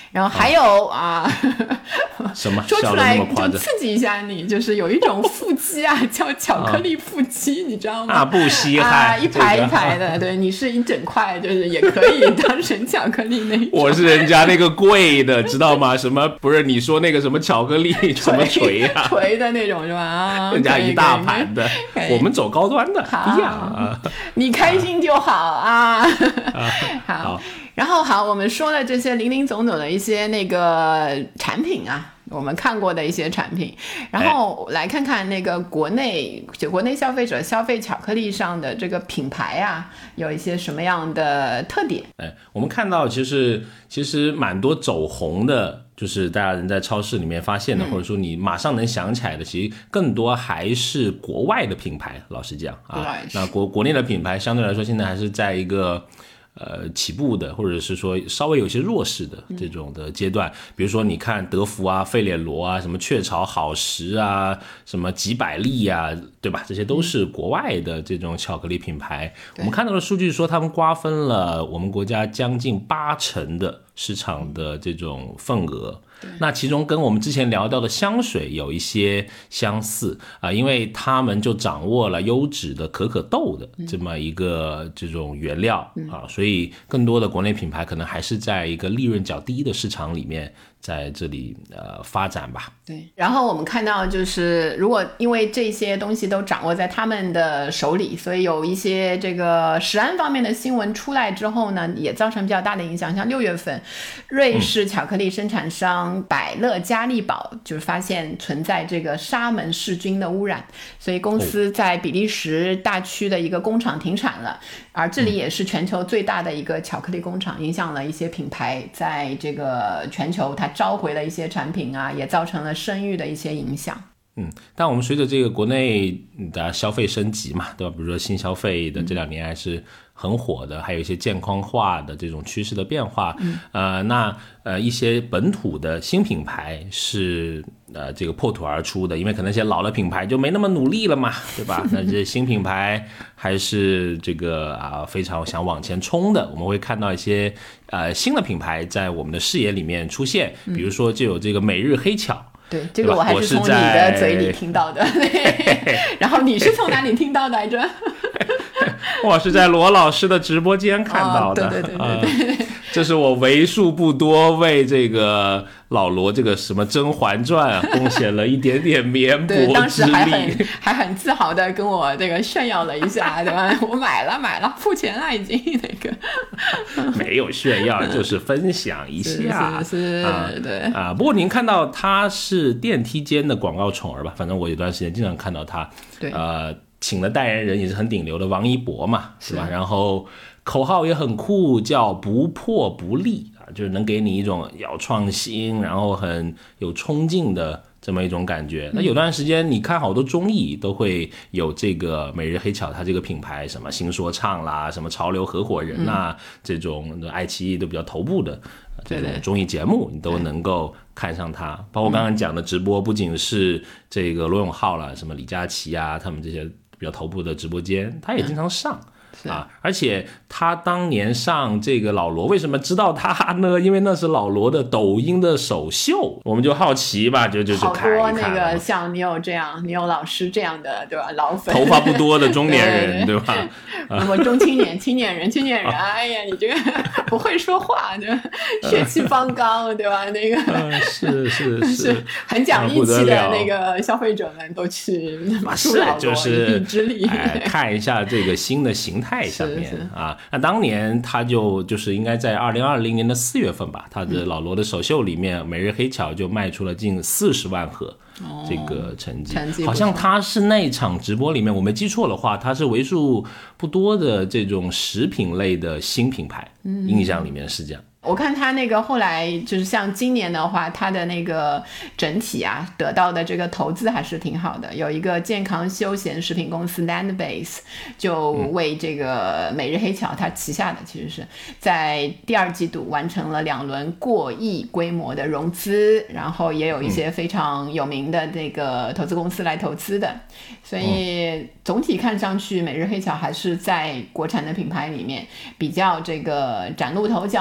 然后还有啊， 什么说出来笑得那么夸张就刺激一下你，就是有一种腹肌啊，叫巧克力腹肌，你知道吗？ 啊，不稀罕， 啊，一排这个一排的，对，你是一整块，就是也可以当成巧克力那种。 我是人家那个贵的，知道吗？什么不是你说那个什么巧克力什么锤啊？ 锤的那种是吧？啊， 人家一大盘的，我们走高端的， 好不一样啊。 你开心就好啊。好。 好， 然后好，我们说了这些零零总总的一些那个产品啊，我们看过的一些产品，然后来看看那个国内就国内消费者消费巧克力上的这个品牌啊，有一些什么样的特点？ 哎，我们看到其实其实蛮多走红的。就是大家人在超市里面发现的，嗯、或者说你马上能想起来的，其实更多还是国外的品牌。老实讲啊，那国国内的品牌相对来说，现在还是在一个呃起步的，或者是说稍微有些弱势的这种的阶段。嗯、比如说你看德芙啊、费列罗啊、什么雀巢好时啊、什么吉百利啊，对吧？这些都是国外的这种巧克力品牌。我们看到的数据说，他们瓜分了我们国家将近八成的市场的这种份额，那其中跟我们之前聊到的香水有一些相似啊、呃，因为他们就掌握了优质的可可豆的这么一个这种原料、嗯、啊，所以更多的国内品牌可能还是在一个利润较低的市场里面在这里呃发展吧。 对，然后我们看到就是如果因为这些东西都掌握在他们的手里，所以有一些这个食安方面的新闻出来之后呢，也造成比较大的影响。像六月份瑞士巧克力生产商百乐嘉利宝就是发现存在这个沙门氏菌的污染，所以公司在比利时大区的一个工厂停产了，而这里也是全球最大的一个巧克力工厂，影响了一些品牌在这个全球它召回了一些产品啊，也造成了声誉的一些影响。 嗯，但我们随着这个国内的消费升级嘛，对吧？比如说新消费的这两年还是很火的，还有一些健康化的这种趋势的变化。嗯，呃，那呃一些本土的新品牌是呃这个破土而出的，因为可能一些老的品牌就没那么努力了嘛，对吧？那这新品牌还是这个啊、呃、非常想往前冲的，我们会看到一些呃新的品牌在我们的视野里面出现，比如说就有这个每日黑巧。 对，这个我还是从你的嘴里听到的。然后你是从哪里听到的来着？ 我是在罗老师的直播间看到的。 哦、对对对对对、呃， 这是我为数不多为这个老罗这个什么《甄嬛传》啊贡献了一点点绵薄之力。 对，当时还很还很自豪的跟我这个炫耀了一下，对吧？我买了买了，付钱了已经那个。 没有炫耀，就是分享一下。 是是是、啊，对啊。不过您看到他是电梯间的广告宠儿吧？反正我有段时间经常看到他。 对。 呃，请了代言人也是很顶流的王一博嘛，是吧？然后口号也很酷，叫不破不立啊，就是能给你一种要创新，然后很有冲劲的这么一种感觉。那有段时间你看好多综艺都会有这个每日黑巧，它这个品牌什么新说唱啦，什么潮流合伙人啦、嗯、这种爱奇艺都比较头部的这种综艺节目，你都能够看上它。包括刚刚讲的直播，不仅是这个罗永浩啦，什么李佳琦啊，他们这些比较头部的直播间，他也经常上。啊！而且他当年上这个老罗，为什么知道他呢？因为那是老罗的抖音的首秀，我们就好奇吧，就就就看一看。 好多那个像你有这样，你有老师这样的，对吧？老粉， 头发不多的中年人，对, 对吧？ 那么中青年、青年人、青年人，哎呀，你这个不会说话，对吧？血气方刚，对吧？那个、 嗯、是是 是, 是很讲义气的那个消费者们都去助老罗一臂之力、 哎，看一下这个新的形态。下面啊，那当年他就就是应该在二零二零年的四月份吧，他的老罗的首秀里面，每日黑巧就卖出了近四十万盒，这个成绩， 成绩好像他是那场直播里面，我没记错的话，他是为数不多的这种食品类的新品牌，嗯、印象里面是这样。 我看他那个后来就是像今年的话，他的那个整体啊得到的这个投资还是挺好的。有一个健康休闲食品公司 Landbase 就为这个每日黑巧它旗下的其实是在第二季度完成了两轮过亿规模的融资，然后也有一些非常有名的这个投资公司来投资的，所以总体看上去每日黑巧还是在国产的品牌里面比较这个崭露头角里面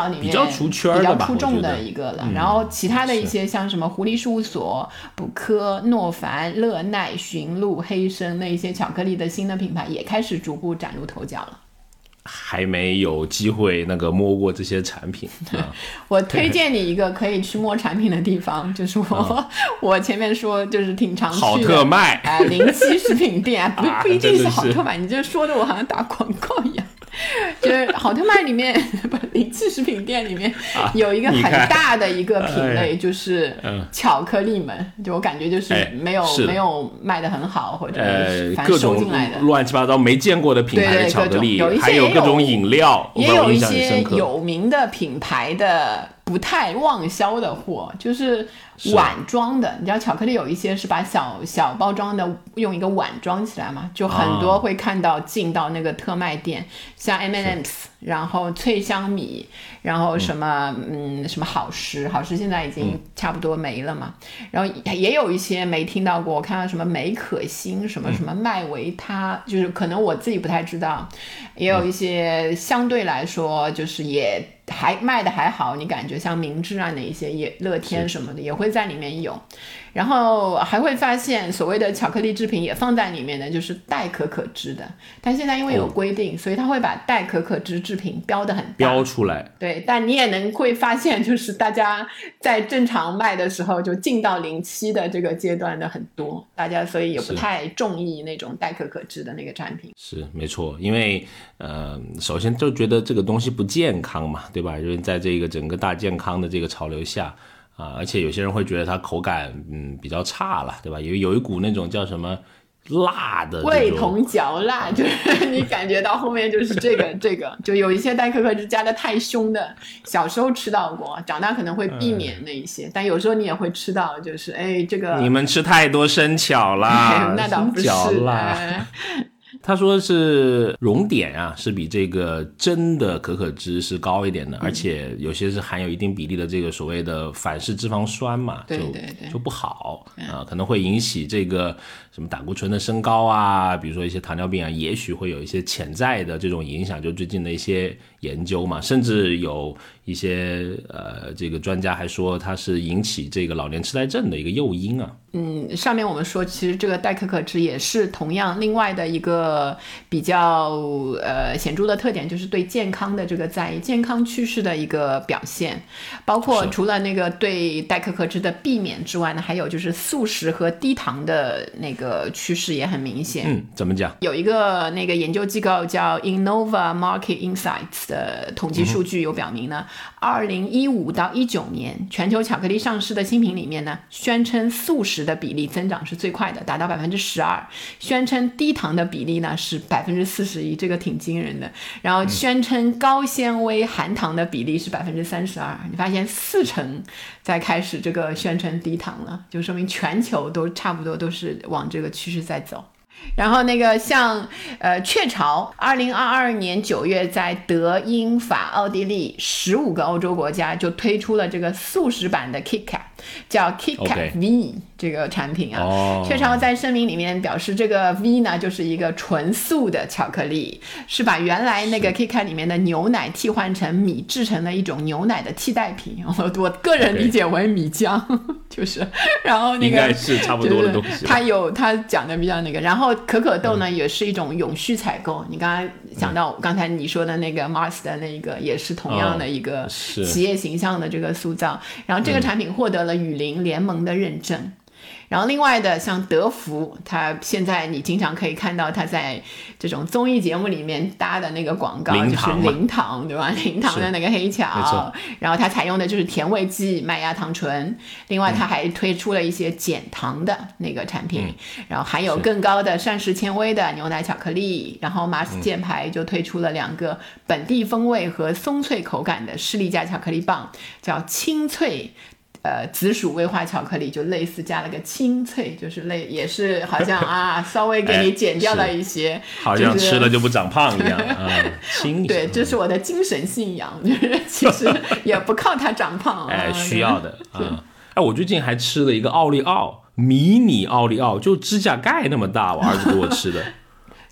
出圈的比较吧出众的一个了。 嗯、 然后其他的一些像什么狐狸事务所、补科、诺凡、乐奈、驯鹿、黑参那一些巧克力的新的品牌也开始逐步崭露头角了。 还没有机会那个摸过这些产品、啊、 我推荐你一个可以去摸产品的地方，就是我、啊、我前面说就是挺常去的好特卖啊、呃，零七食品店不不一定是好特卖、 啊、你这说的我好像打广告一样。就是好特卖里面不零七食品店里面有一个很大的一个品类，就是巧克力们、哎、就我感觉就是没有、哎、没有卖得很好，或者反正收进来的、 呃、各种乱七八糟没见过的品牌的巧克力， 对对， 还有各种饮料， 也有一些有名的品牌的不太旺销的货，就是碗装的。你知道巧克力有一些是把小小包装的用一个碗装起来嘛，就很多会看到进到那个特卖店、啊、像 M and M's， 然后脆香米，然后什么 嗯, 嗯什么好时好时现在已经差不多没了嘛、嗯、然后也有一些没听到过，我看到什么美可欣什么什么麦维他、嗯、就是可能我自己不太知道，也有一些相对来说就是也还卖的还好，你感觉像明治啊那一些也乐天什么的也会在里面有，然后还会发现所谓的巧克力制品也放在里面的就是代可可脂的，但现在因为有规定、哦、所以它会把代可可脂制品标得很大标出来， 对，但你也能会发现就是大家在正常卖的时候就进到零七的这个阶段的很多，大家所以也不太中意那种代可可脂的那个产品。 是没错，因为呃，首先就觉得这个东西不健康嘛，对吧？因为在这个整个大健康的这个潮流下啊，而且有些人会觉得它口感嗯比较差了，对吧？有有一股那种叫什么辣的味同嚼蜡，就是你感觉到后面就是这个这个，就有一些代可可脂加的太凶的，小时候吃到过，长大可能会避免那一些，嗯、但有时候你也会吃到，就是哎这个你们吃太多生巧啦， 那倒不是啦。 他说是熔点啊，是比这个真的可可脂是高一点的、嗯、而且有些是含有一定比例的这个所谓的反式脂肪酸嘛， 对对对， 就不好啊、呃，可能会引起这个什么胆固醇的升高啊，比如说一些糖尿病啊，也许会有一些潜在的这种影响，就最近的一些研究嘛，甚至有一些呃这个专家还说它是引起这个老年痴呆症的一个诱因啊。 嗯，上面我们说其实这个代可可脂也是同样另外的一个比较呃显著的特点，就是对健康的这个在意，健康趋势的一个表现，包括除了那个对代可可脂的避免之外呢，还有就是素食和低糖的那个趋势也很明显。 嗯，怎么讲？ 有一个那个研究机构叫 Innova Market Insights 的统计数据有表明呢，二零一五到一九年全球巧克力上市的新品里面呢，宣称素食的比例增长是最快的，达到百分之十二，宣称低糖的比例呢是百分之四十一，这个挺惊人的。然后宣称高纤维含糖的比例是百分之三十二，你发现四成在开始这个宣称低糖了，就说明全球都差不多都是往这个趋势在走。然后那个像呃雀巢，二零二二年九月在德、英、法、奥地利十五个欧洲国家就推出了这个素食版的 KitKat， 叫 KitKat V、okay. 这个产品啊。Oh. 雀巢在声明里面表示，这个 V 呢就是一个纯素的巧克力，是把原来那个 KitKat 里面的牛奶替换成米制成了一种牛奶的替代品。我我个人理解为米浆， okay. 就是然后那个应该是差不多的东西。 他有他讲的比较那个，然后可可豆呢、嗯、也是一种永续采购，你刚才讲到、嗯、刚才你说的那个 Mars 的那个也是同样的一个企业形象的这个塑造、哦、然后这个产品获得了雨林联盟的认证、嗯，然后另外的像德芙，它现在你经常可以看到它在这种综艺节目里面搭的那个广告，就是零糖，对吧？零糖的那个黑巧，然后它采用的就是甜味剂麦芽糖醇，另外它还推出了一些减糖的那个产品、嗯、然后含有更高的膳食纤维的牛奶巧克力，然后马斯箭牌就推出了两个本地风味和松脆口感的士力架巧克力棒，叫清脆呃，紫薯威化巧克力，就类似加了个清脆，就是类也是好像啊，稍微给你减掉了一些， 哎、好像吃了就不长胖一样啊。清对，这是我的精神信仰，就是其实也不靠它长胖， 哎，需要的啊。哎，我最近还吃了一个奥利奥迷你奥利奥，就指甲盖那么大，我儿子给我吃的。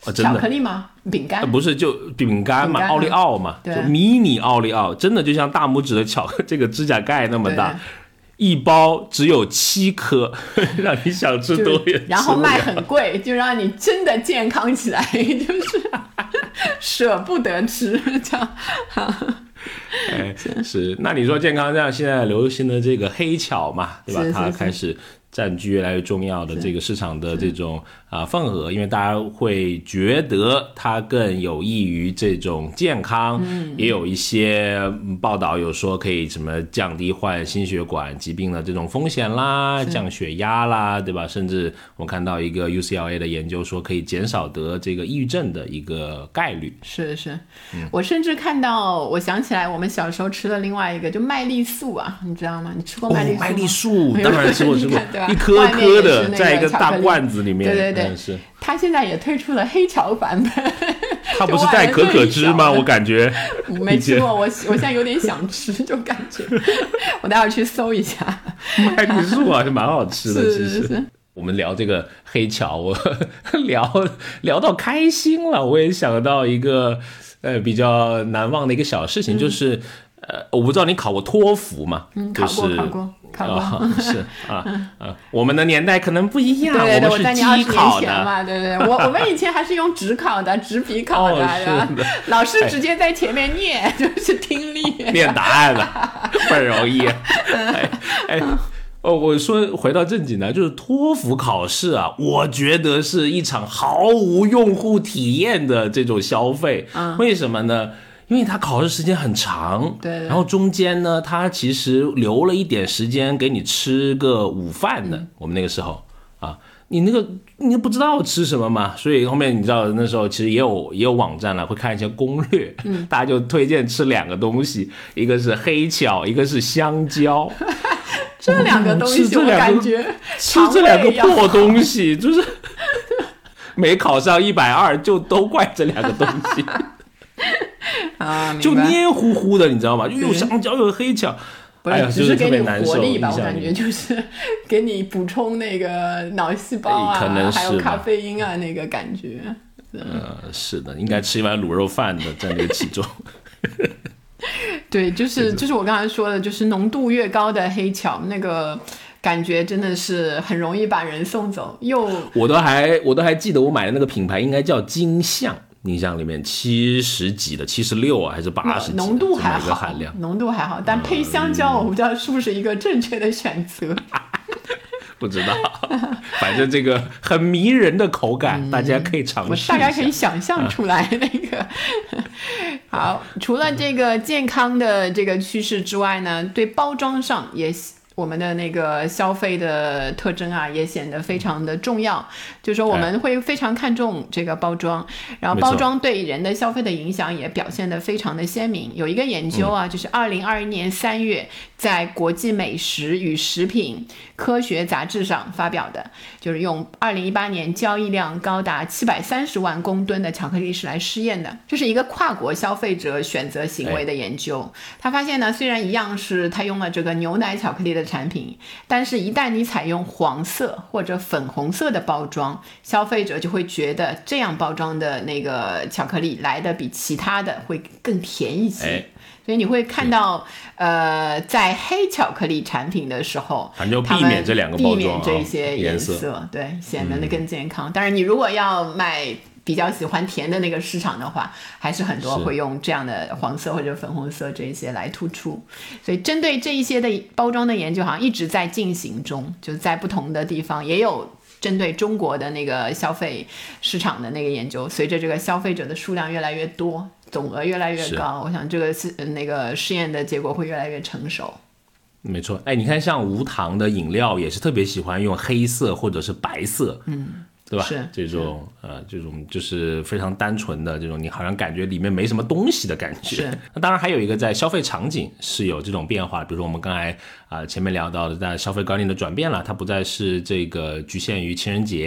哦、真的巧克力吗？饼干、 呃、不是，就饼干嘛，奥利奥嘛， 对， 就迷你奥利奥，真的就像大拇指的巧这个指甲盖那么大，一包只有七颗，让你想吃多也吃不了， 然后卖很贵，就让你真的健康起来，就是舍不得吃这样。 哎，是，那你说健康这样，现在流行的这个黑巧嘛，对吧？ 是是是， 它开始占据越来越重要的这个市场的这种啊、呃、份额，因为大家会觉得它更有益于这种健康，嗯、也有一些报道有说可以什么降低患心血管疾病的这种风险啦，降血压啦，对吧？甚至我看到一个 U C L A 的研究说可以减少得这个抑郁症的一个概率。 是是、嗯，我甚至看到，我想起来我们小时候吃的另外一个就麦丽素啊，你知道吗？你吃过麦丽素吗？ 哦、麦丽素当然吃过，吃过。 对吧？ 一颗颗的在一个大罐子里面， 对对对， 是。 它现在也推出了黑巧版本。 它不是带可可汁吗？我感觉没吃过，我我现在有点想吃，就感觉我待会儿去搜一下。 麦丽素啊，是蛮好吃的， 其实。 是是我们聊这个黑巧，我聊聊到开心了，我也想到一个呃比较难忘的一个小事情，嗯、就是呃，我不知道你考过托福吗？ 嗯， 就是、 考过，考过。 哦、是啊啊，我们的年代可能不一样， 对对对， 我们是机考的嘛，对对对，我我们以前还是用纸考的，纸笔考的， 哦、 的老师直接在前面念，哎、就是听力念答案了，不容易。哎哎。哦，我说回到正经的，就是托福考试啊，我觉得是一场毫无用户体验的这种消费。嗯、为什么呢？因为它考试时间很长， 对， 然后中间呢，它其实留了一点时间给你吃个午饭的。嗯、我们那个时候啊，你那个你不知道吃什么嘛，所以后面你知道那时候其实也有也有网站了，会看一些攻略，嗯、大家就推荐吃两个东西，一个是黑巧，一个是香蕉。 这两个东西，我感觉吃这两个破东西，就是没考上一百二，就都怪这两个东西。 啊， 就黏糊糊的，你知道吗？又有香蕉，又有黑巧， 不是，哎、 只是给你活力吧？ 我感觉就是给你补充那个脑细胞啊， 可能是还有咖啡因啊，那个感觉。 呃，是的，应该吃一碗卤肉饭的占这个体重。 对，就是就是我刚才说的，就是浓度越高的黑巧，那个感觉真的是很容易把人送走。又我都还我都还记得我买的那个品牌应该叫金象，印象里面七十几的，七十六啊还是八十几， 浓度还好， 含量浓度还好，但配香蕉我不知道是不是一个正确的选择。 不知道，反正这个很迷人的口感，嗯、大家可以尝试一下。 我大概可以想象出来那个。好，除了这个健康的这个趋势之外呢，对包装上也我们的那个消费的特征啊，也显得非常的重要。就是说我们会非常看重这个包装，然后包装对人的消费的影响也表现得非常的鲜明。有一个研究啊，嗯、就是二零二二年三月在国际美食与食品科学杂志上发表的，就是用二零一八年交易量高达七百三十万公吨的巧克力是来试验的，这是一个跨国消费者选择行为的研究。他发现呢，虽然一样是他用了这个牛奶巧克力的产品，但是一旦你采用黄色或者粉红色的包装，消费者就会觉得这样包装的那个巧克力来的比其他的会更甜一些。哎，所以你会看到，呃，在黑巧克力产品的时候， 他们就避免这两个包装， 避免这些颜色，颜色对，显得更健康。当然，你如果要买比较喜欢甜的那个市场的话，还是很多会用这样的黄色或者粉红色这一些来突出。所以针对这一些的包装的研究好像一直在进行中，就在不同的地方也有针对中国的那个消费市场的那个研究。随着这个消费者的数量越来越多，总额越来越高，我想这个是那个试验的结果会越来越成熟。 没错，哎，你看像无糖的饮料也是特别喜欢用黑色或者是白色，嗯，对吧？ 是这种呃，这种就是非常单纯的这种，你好像感觉里面没什么东西的感觉。 是。 那当然还有一个在消费场景是有这种变化，比如说我们刚才啊、呃、前面聊到的，在消费观念的转变了，它不再是这个局限于情人节，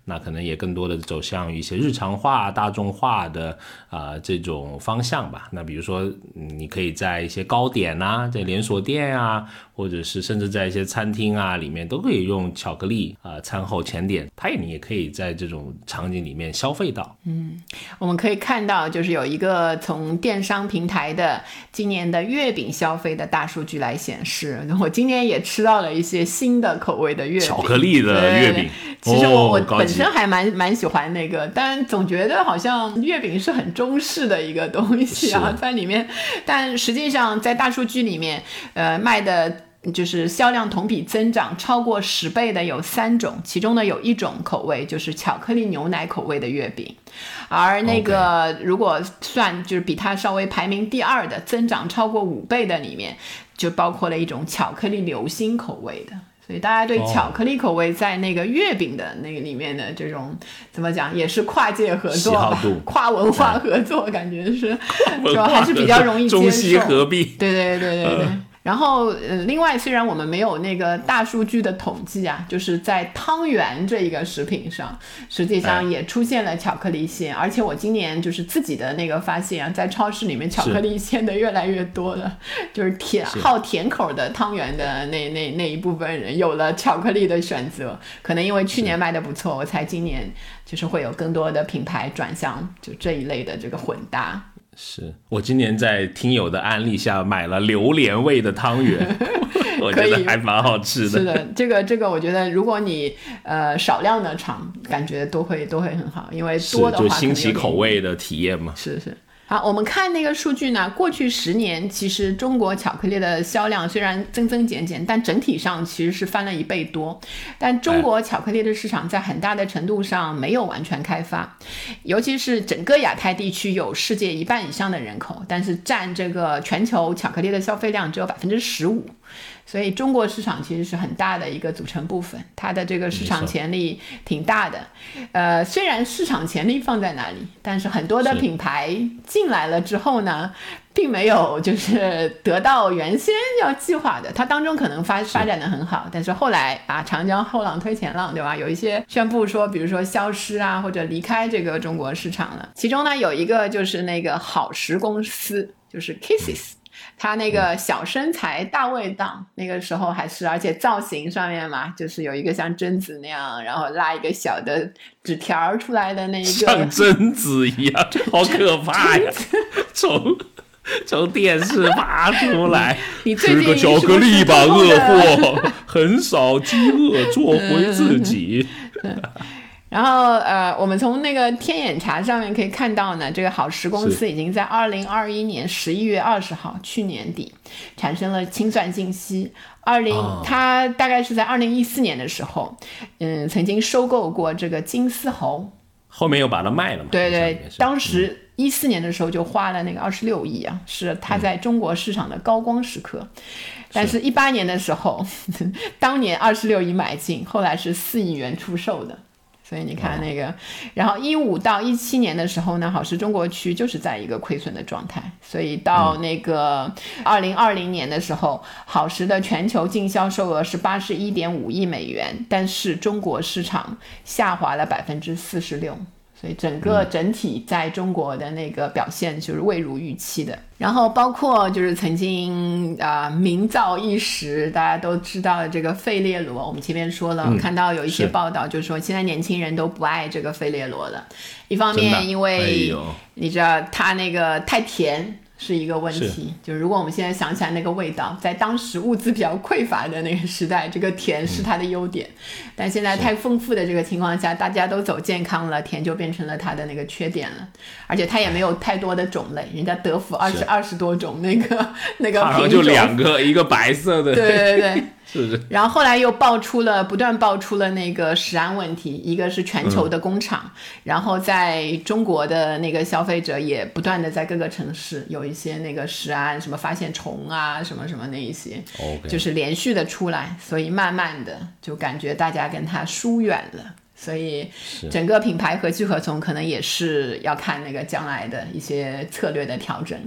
那可能也更多的走向一些日常化、大众化的啊、呃、这种方向吧。那比如说，嗯、你可以在一些糕点啊，在连锁店啊，或者是甚至在一些餐厅啊里面，都可以用巧克力啊、呃、餐后甜点，它也你也可以在这种场景里面消费到。 嗯，我们可以看到，就是有一个从电商平台的今年的月饼消费的大数据来显示，我今年也吃到了一些新的口味的月饼， 巧克力的月饼。 其实我、 哦、 我本身还蛮蛮喜欢那个，但总觉得好像月饼是很中式的一个东西啊，在里面，但实际上在大数据里面，呃，卖的。就是销量同比增长超过十倍的有三种，其中呢有一种口味就是巧克力牛奶口味的月饼，而那个如果算就是比它稍微排名第二的增长超过五倍的里面，就包括了一种巧克力流心口味的。所以大家对巧克力口味在那个月饼的那个里面的这种、哦、怎么讲，也是跨界合作吧，跨文化合作，感觉是就还是比较容易接受， 中西合璧。 对对对对对。呃然后，呃，另外，虽然我们没有那个大数据的统计啊，就是在汤圆这一个食品上，实际上也出现了巧克力馅，而且我今年就是自己的那个发现啊，在超市里面巧克力馅的越来越多了，是就是甜好甜口的汤圆的那那那一部分人有了巧克力的选择，可能因为去年卖的不错，我才今年就是会有更多的品牌转向就这一类的这个混搭。 是我今年在听友的安利下买了榴莲味的汤圆我觉得还蛮好吃的。 是的，这个这个我觉得如果你呃少量的尝，感觉都会都会很好，因为多的话就新奇口味的体验嘛。 是是。好，我们看那个数据呢，过去十年其实中国巧克力的销量虽然增增减减，但整体上其实是翻了一倍多。但中国巧克力的市场在很大的程度上没有完全开发，尤其是整个亚太地区有世界一半以上的人口，但是占这个全球巧克力的消费量只有百分之十五。所以中国市场其实是很大的一个组成部分，它的这个市场潜力挺大的。呃，虽然市场潜力放在那里，但是很多的品牌进来了之后呢，并没有就是得到原先要计划的，它当中可能发发展的很好，但是后来啊，长江后浪推前浪，对吧？有一些宣布说，比如说消失啊，或者离开这个中国市场了。其中呢，有一个就是那个好时公司，就是 Kisses。他那个小身材大味道，那个时候还是，而且造型上面嘛，就是有一个像贞子那样，然后拉一个小的纸条出来的那一个， 像贞子一样，好可怕呀！从从电视发出来， 你最近吃个巧克力吧，饿货，很少饥饿，做回自己。 嗯然后呃，我们从那个天眼查上面可以看到呢，这个好时公司已经在二零二一年十一月二十号，去年底产生了清算信息。二零、哦，它大概是在二零一四年的时候，嗯，曾经收购过这个金丝猴， 后面又把它卖了嘛？ 对对，当时一四年的时候就花了那个二十六亿啊，是它在中国市场的高光时刻。嗯，但是一八年的时候，当年二十六亿买进，后来是四亿元出售的。所以你看那个，哦、然后一五到一七年的时候呢，好时中国区就是在一个亏损的状态，所以到那个二零二零年的时候，好时的全球净销售额是八十一点五亿美元，但是中国市场下滑了百分之四十六。所以整个整体在中国的那个表现就是未如预期的。然后包括就是曾经啊、呃、名噪一时，大家都知道的这个费列罗，我们前面说了、嗯、看到有一些报道就是说现在年轻人都不爱这个费列罗了，一方面因为你知道它那个太甜是一个问题，就是如果我们现在想起来那个味道，在当时物资比较匮乏的那个时代，这个甜是它的优点、嗯、但现在太丰富的这个情况下，大家都走健康了，甜就变成了它的那个缺点了，而且它也没有太多的种类，人家德芙二十二十多种那个那个品种，然后就两个，一个白色的， 对对对是是， 然后后来又爆出了不断爆出了那个食安问题，一个是全球的工厂、嗯、然后在中国的那个消费者也不断的在各个城市有一些那个食安什么发现虫啊什么什么那一些、okay. 就是连续的出来，所以慢慢的就感觉大家跟它疏远了，所以整个品牌何去何从可能也是要看那个将来的一些策略的调整。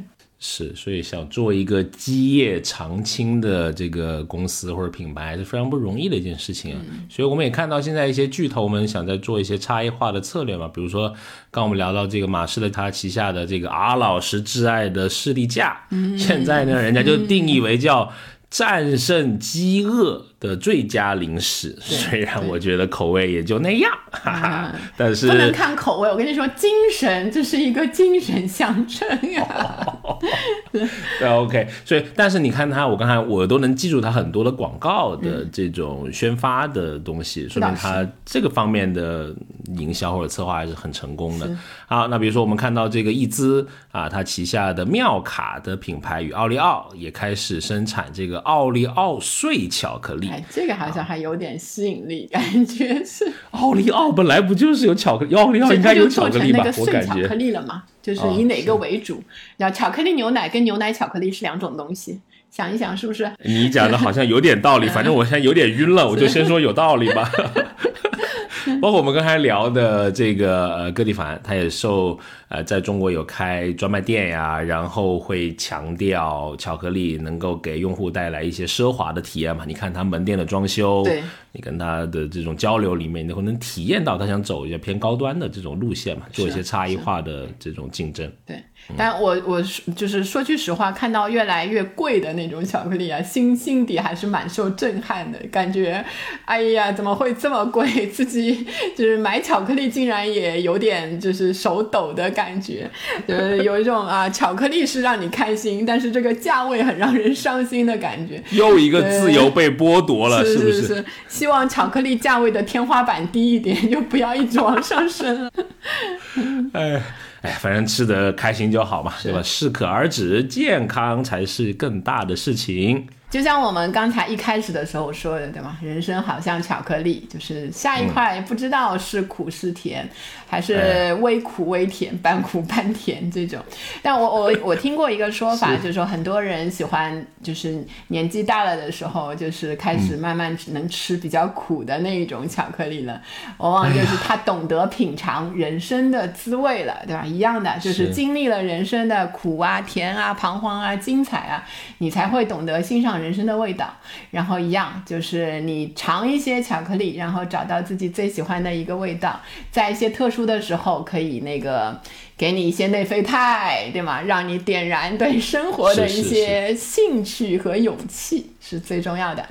是，所以想做一个基业长青的这个公司或者品牌是非常不容易的一件事情啊。嗯、所以我们也看到现在一些巨头们想在做一些差异化的策略嘛，比如说刚我们聊到这个马士的他旗下的这个 R 老师挚爱的士力架，嗯、现在呢人家就定义为叫战胜饥饿的最佳零食，虽然我觉得口味也就那样，哈哈、嗯，但是不能看口味，我跟你说，精神这是一个精神象征啊。 对 ，OK， 所以但是你看它，我刚才我都能记住它很多的广告的这种宣发的东西，嗯、说明它这个方面的营销或者策划还是很成功的。好，那比如说我们看到这个易滋啊，它旗下的妙卡的品牌与奥利奥也开始生产这个奥利奥碎巧克力。 哎，这个好像还有点吸引力，感觉是。 奥利奥本来不就是有巧克力？奥利奥应该有巧克力吧？我感觉。 巧克力了嘛，就是以哪个为主？然后、哦、巧克力牛奶跟牛奶巧克力是两种东西，想一想是不是？ 你讲的好像有点道理，反正我现在有点晕了，我就先说有道理吧。包括我们刚才聊的这个呃歌地凡，他也受呃在中国有开专卖店呀，然后会强调巧克力能够给用户带来一些奢华的体验嘛。你看他门店的装修， 对， 你跟他的这种交流里面，你会能体验到他想走一些偏高端的这种路线嘛，做一些差异化的这种竞争。 对，但我我就是说句实话，看到越来越贵的那种巧克力啊，心心底还是蛮受震撼的，感觉哎呀怎么会这么贵，自己就是买巧克力竟然也有点就是手抖的感觉，就是有一种啊巧克力是让你开心，但是这个价位很让人伤心的感觉， 又一个自由被剥夺了，是不是？ 是是是，希望巧克力价位的天花板低一点，就不要一直往上升了。 哎哎，反正吃得开心就好嘛，对吧？适可而止，健康才是更大的事情。 就像我们刚才一开始的时候说的，对吗？人生好像巧克力，就是下一块不知道是苦是甜，嗯、还是微苦微甜、半苦半甜这种。但我我我听过一个说法，就是说很多人喜欢，就是年纪大了的时候，就是开始慢慢能吃比较苦的那一种巧克力了。往往就是他懂得品尝人生的滋味了，对吧？一样的，就是经历了人生的苦啊、甜啊、彷徨啊、精彩啊，你才会懂得欣赏人生的味道。然后一样，就是你尝一些巧克力，然后找到自己最喜欢的一个味道，在一些特殊的时候可以那个给你一些内啡肽，对吗？让你点燃对生活的一些兴趣和勇气， 是, 是, 是最重要的。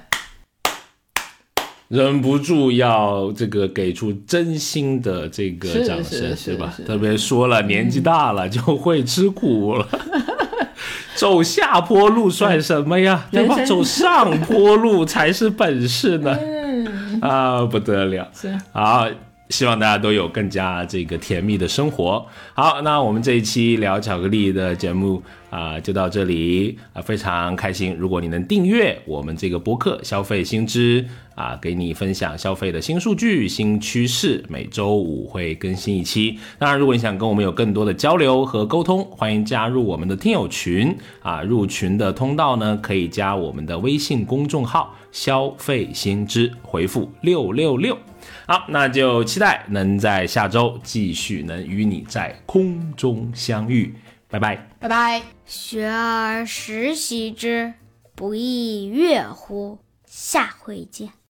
忍不住要这个给出真心的这个掌声，是吧？特别说了年纪大了就会吃苦了。走下坡路算什么呀，对吧？走上坡路才是本事呢。嗯、啊，不得了。是好，希望大家都有更加这个甜蜜的生活。好，那我们这一期聊巧克力的节目啊、呃，就到这里啊、呃，非常开心。如果你能订阅我们这个播客消费新知啊，给你分享消费的新数据、新趋势，每周五会更新一期。当然，如果你想跟我们有更多的交流和沟通，欢迎加入我们的听友群啊。入群的通道呢，可以加我们的微信公众号“消费新知”，回复六六六。好，那就期待能在下周继续能与你在空中相遇。拜拜， 拜拜。 学而时习之，不亦说乎？下回见。